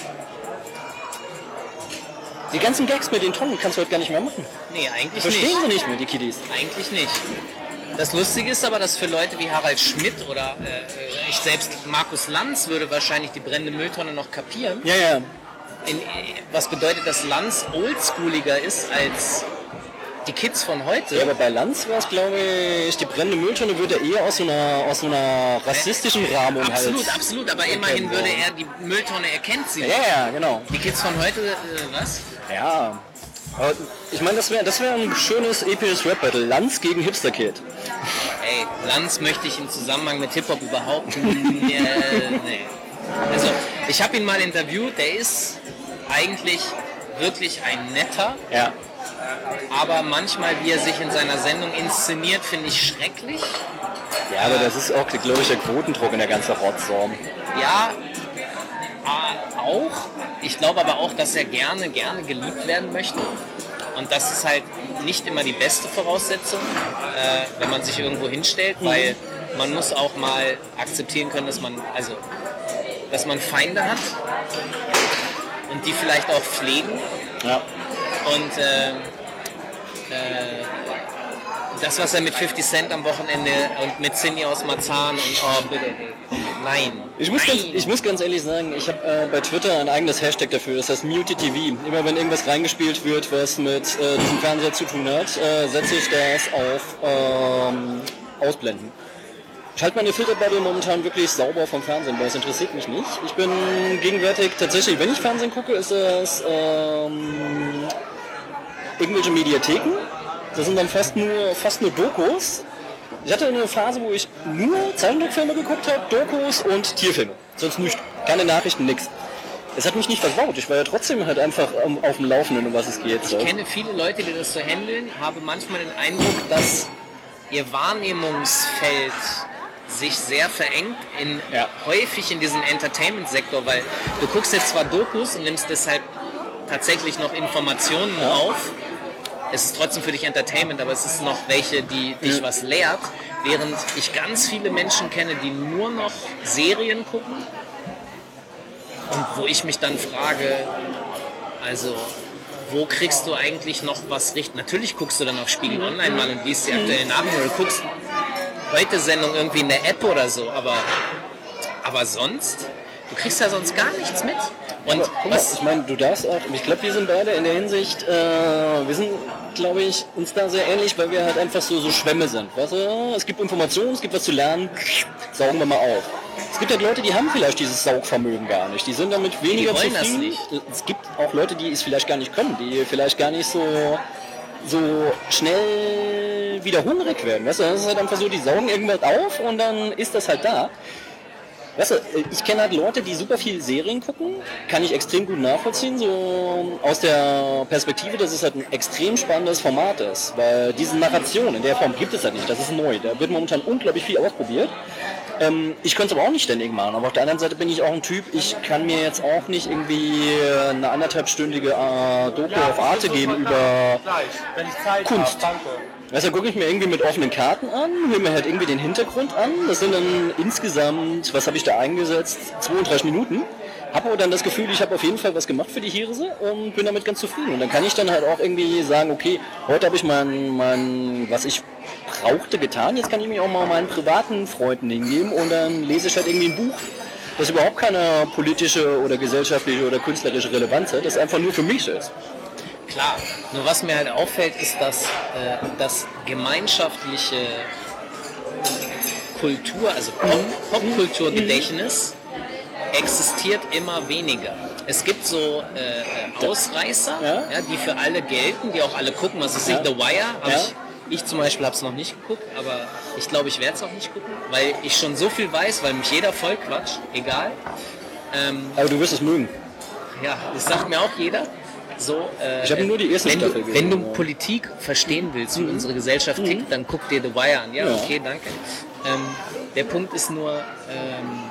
Die ganzen Gags mit den Tonnen kannst du halt gar nicht mehr machen. Nee, eigentlich Verstehen nicht. sie nicht mehr, die Kiddies. Eigentlich nicht. Das Lustige ist aber, dass für Leute wie Harald Schmidt oder äh, ich selbst, Markus Lanz, würde wahrscheinlich die brennende Mülltonne noch kapieren. Ja, ja. In, was bedeutet, dass Lanz oldschooliger ist als die Kids von heute? Ja, aber bei Lanz war es, glaube ich, die brennende Mülltonne würde eher aus so einer, aus so einer rassistischen Rahmung Absolut, halt absolut, aber immerhin würde er die Mülltonne, er kennt sie. Ja, ja, genau. Die Kids von heute, äh, was? Ja. Aber ich meine, das wäre das wär ein schönes, episches Rap-Battle. Lanz gegen Hipster-Kid. Ey, Lanz möchte ich im Zusammenhang mit Hip-Hop überhaupt nee, nee. Also, ich habe ihn mal interviewt, der ist eigentlich wirklich ein netter, Ja. aber manchmal, wie er sich in seiner Sendung inszeniert, finde ich schrecklich. Ja, aber das ist auch, glaube ich, der Quotendruck in der ganzen Rotzorm. Ja, äh, auch. Ich glaube aber auch, dass er gerne, gerne geliebt werden möchte. Und das ist halt nicht immer die beste Voraussetzung, äh, wenn man sich irgendwo hinstellt, weil man muss auch mal akzeptieren können, dass man, also, dass man Feinde hat und die vielleicht auch pflegen. Ja. Und äh, äh, das, was er mit fifty Cent am Wochenende und mit Cindy aus Marzahn und oh bitte, nein. Ich muss, nein. ganz, ich muss ganz ehrlich sagen, ich habe äh, bei Twitter ein eigenes Hashtag dafür, das heißt MuteTV. Immer wenn irgendwas reingespielt wird, was mit äh, diesem Fernseher zu tun hat, äh, setze ich das auf ähm, Ausblenden. Ich halte meine Filterbubble momentan wirklich sauber vom Fernsehen, weil es interessiert mich nicht. Ich bin gegenwärtig tatsächlich, wenn ich Fernsehen gucke, ist es ähm, irgendwelche Mediatheken. Das sind dann fast nur, fast nur Dokus. Ich hatte eine Phase, wo ich nur Zeichentrickfilme geguckt habe, Dokus und Tierfilme. Sonst nicht. Keine Nachrichten, nix. Es hat mich nicht versaut. Ich war ja trotzdem halt einfach um, auf dem Laufenden, um was es geht. So. Ich kenne viele Leute, die das so handeln, habe manchmal den Eindruck, dass ihr Wahrnehmungsfeld sich sehr verengt, in, Ja. häufig in diesem Entertainment-Sektor, weil du guckst jetzt zwar Dokus und nimmst deshalb tatsächlich noch Informationen Ja. auf, es ist trotzdem für dich Entertainment, aber es ist noch welche, die dich Ja. was lehrt, während ich ganz viele Menschen kenne, die nur noch Serien gucken und wo ich mich dann frage, also wo kriegst du eigentlich noch was richtig? Natürlich guckst du dann auf Spiegel Online mal und liest die aktuellen Nachrichten oder du guckst heute Sendung irgendwie in der App oder so, aber, aber sonst, du kriegst ja sonst gar nichts mit. Und Aber, guck mal, was, ich meine, du darfst auch, ich glaube, wir sind beide in der Hinsicht, äh, wir sind, glaube ich, uns da sehr ähnlich, weil wir halt einfach so, so Schwämme sind. Weißt du? Es gibt Informationen, es gibt was zu lernen, saugen wir mal auf. Es gibt halt Leute, die haben vielleicht dieses Saugvermögen gar nicht. Die sind damit weniger wollen das zufrieden. nicht. Es gibt auch Leute, die es vielleicht gar nicht können, die vielleicht gar nicht so, so schnell wieder hungrig werden. Weißt du? Das ist halt einfach so, die saugen irgendwas auf und dann ist das halt da. Weißt du, ich kenne halt Leute, die super viel Serien gucken, kann ich extrem gut nachvollziehen, so aus der Perspektive, dass es halt ein extrem spannendes Format ist, weil diese Narration in der Form gibt es halt nicht, das ist neu, da wird momentan unglaublich viel ausprobiert. Ähm, ich könnte es aber auch nicht ständig machen, aber auf der anderen Seite bin ich auch ein Typ, ich kann mir jetzt auch nicht irgendwie eine anderthalbstündige äh, Doku auf Arte geben über Kunst. Weißt du, gucke ich mir irgendwie mit offenen Karten an, höre mir halt irgendwie den Hintergrund an. Das sind dann insgesamt, was habe ich da eingesetzt, zweiunddreißig Minuten. habe aber dann das Gefühl, ich habe auf jeden Fall was gemacht für die Hirse und bin damit ganz zufrieden. Und dann kann ich dann halt auch irgendwie sagen, okay, heute habe ich mein, mein, was ich brauchte, getan, jetzt kann ich mich auch mal meinen privaten Freunden hingeben und dann lese ich halt irgendwie ein Buch, das überhaupt keine politische oder gesellschaftliche oder künstlerische Relevanz hat, das einfach nur für mich ist. Klar, nur was mir halt auffällt, ist, dass äh, das gemeinschaftliche Kultur, also Pop- Popkulturgedächtnis existiert immer weniger. Es gibt so äh, Ausreißer, Ja. Ja, die für alle gelten, die auch alle gucken. Was ist Ja. The Wire? Hab Ja. ich, ich zum Beispiel habe es noch nicht geguckt, aber ich glaube, ich werde es auch nicht gucken, weil ich schon so viel weiß, weil mich jeder voll quatscht, egal. Ähm, Aber du wirst es mögen. ja, das sagt mir auch jeder. So, äh, Ich habe nur die erste wenn Staffel du, gesehen, Wenn du ja. Politik verstehen willst, wie unsere Gesellschaft tickt, dann guck dir The Wire an. Ja, Ja. okay, danke. Ähm, der Punkt ist nur, ähm,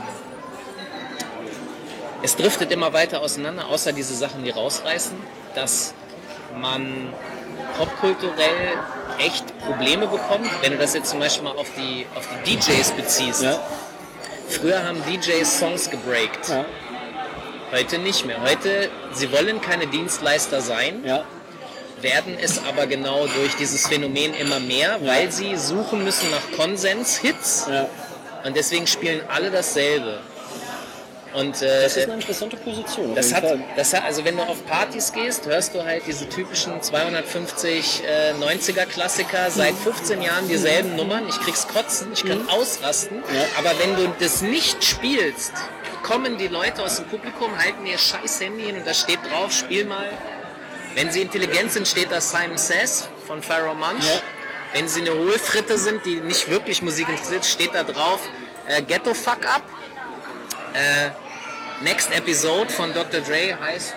es driftet immer weiter auseinander, außer diese Sachen, die rausreißen, dass man popkulturell echt Probleme bekommt. Wenn du das jetzt zum Beispiel mal auf die, auf die D Js beziehst. Ja. Früher haben D Js Songs gebreakt. Ja. Heute nicht mehr. Heute, sie wollen keine Dienstleister sein, Ja. werden es aber genau durch dieses Phänomen immer mehr, weil sie suchen müssen nach Konsens-Hits Ja. und deswegen spielen alle dasselbe. Und äh, Das ist eine interessante Position. auf das jeden hat, Fall. das hat, also wenn du auf Partys gehst, hörst du halt diese typischen zweihundertfünfzig äh, neunziger-Klassiker, seit fünfzehn Jahren dieselben Nummern. Ich krieg's kotzen, ich kann ausrasten. Ja. Aber wenn du das nicht spielst, kommen die Leute aus dem Publikum, halten ihr scheiß Handy hin und da steht drauf, spiel mal. Wenn sie intelligent sind, steht da Simon Says von Pharoah Monch. Ja. Wenn sie eine Hohlfritte sind, die nicht wirklich Musik interessiert, steht da drauf äh, Ghetto Fuck Up. Äh, Next Episode von Doktor Dre heißt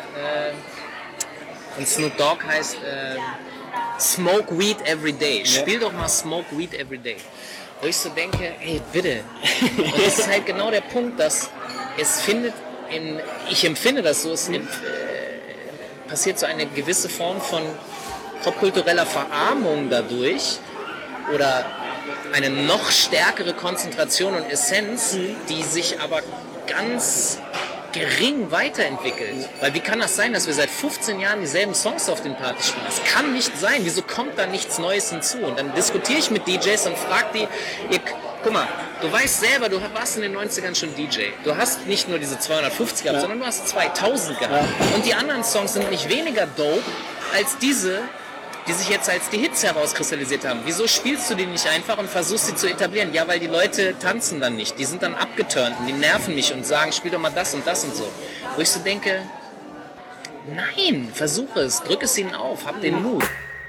äh, und Snoop Dogg heißt äh, Smoke Weed Every Day. Spiel doch mal Smoke Weed Every Day. Wo ich so denke, ey bitte. Und das ist halt genau der Punkt, dass es findet, in, ich empfinde das so, es äh, passiert so eine gewisse Form von popkultureller Verarmung dadurch oder eine noch stärkere Konzentration und Essenz, die sich aber ganz gering weiterentwickelt. Weil wie kann das sein, dass wir seit fünfzehn Jahren dieselben Songs auf den Partys spielen? Das kann nicht sein. Wieso kommt da nichts Neues hinzu? Und dann diskutiere ich mit D Js und frage die, ihr, guck mal, du weißt selber, du warst in den neunzigern schon D J. Du hast nicht nur diese zweihundertfünfzig gehabt, Ja. sondern du hast zweitausend gehabt. Ja. Und die anderen Songs sind nicht weniger dope als diese, die sich jetzt als die Hits herauskristallisiert haben. Wieso spielst du die nicht einfach und versuchst sie zu etablieren? Ja, weil die Leute tanzen dann nicht. Die sind dann abgeturnt und die nerven mich und sagen, spiel doch mal das und das und so. Wo ich so denke, nein, versuche es, drück es ihnen auf, hab den Mut.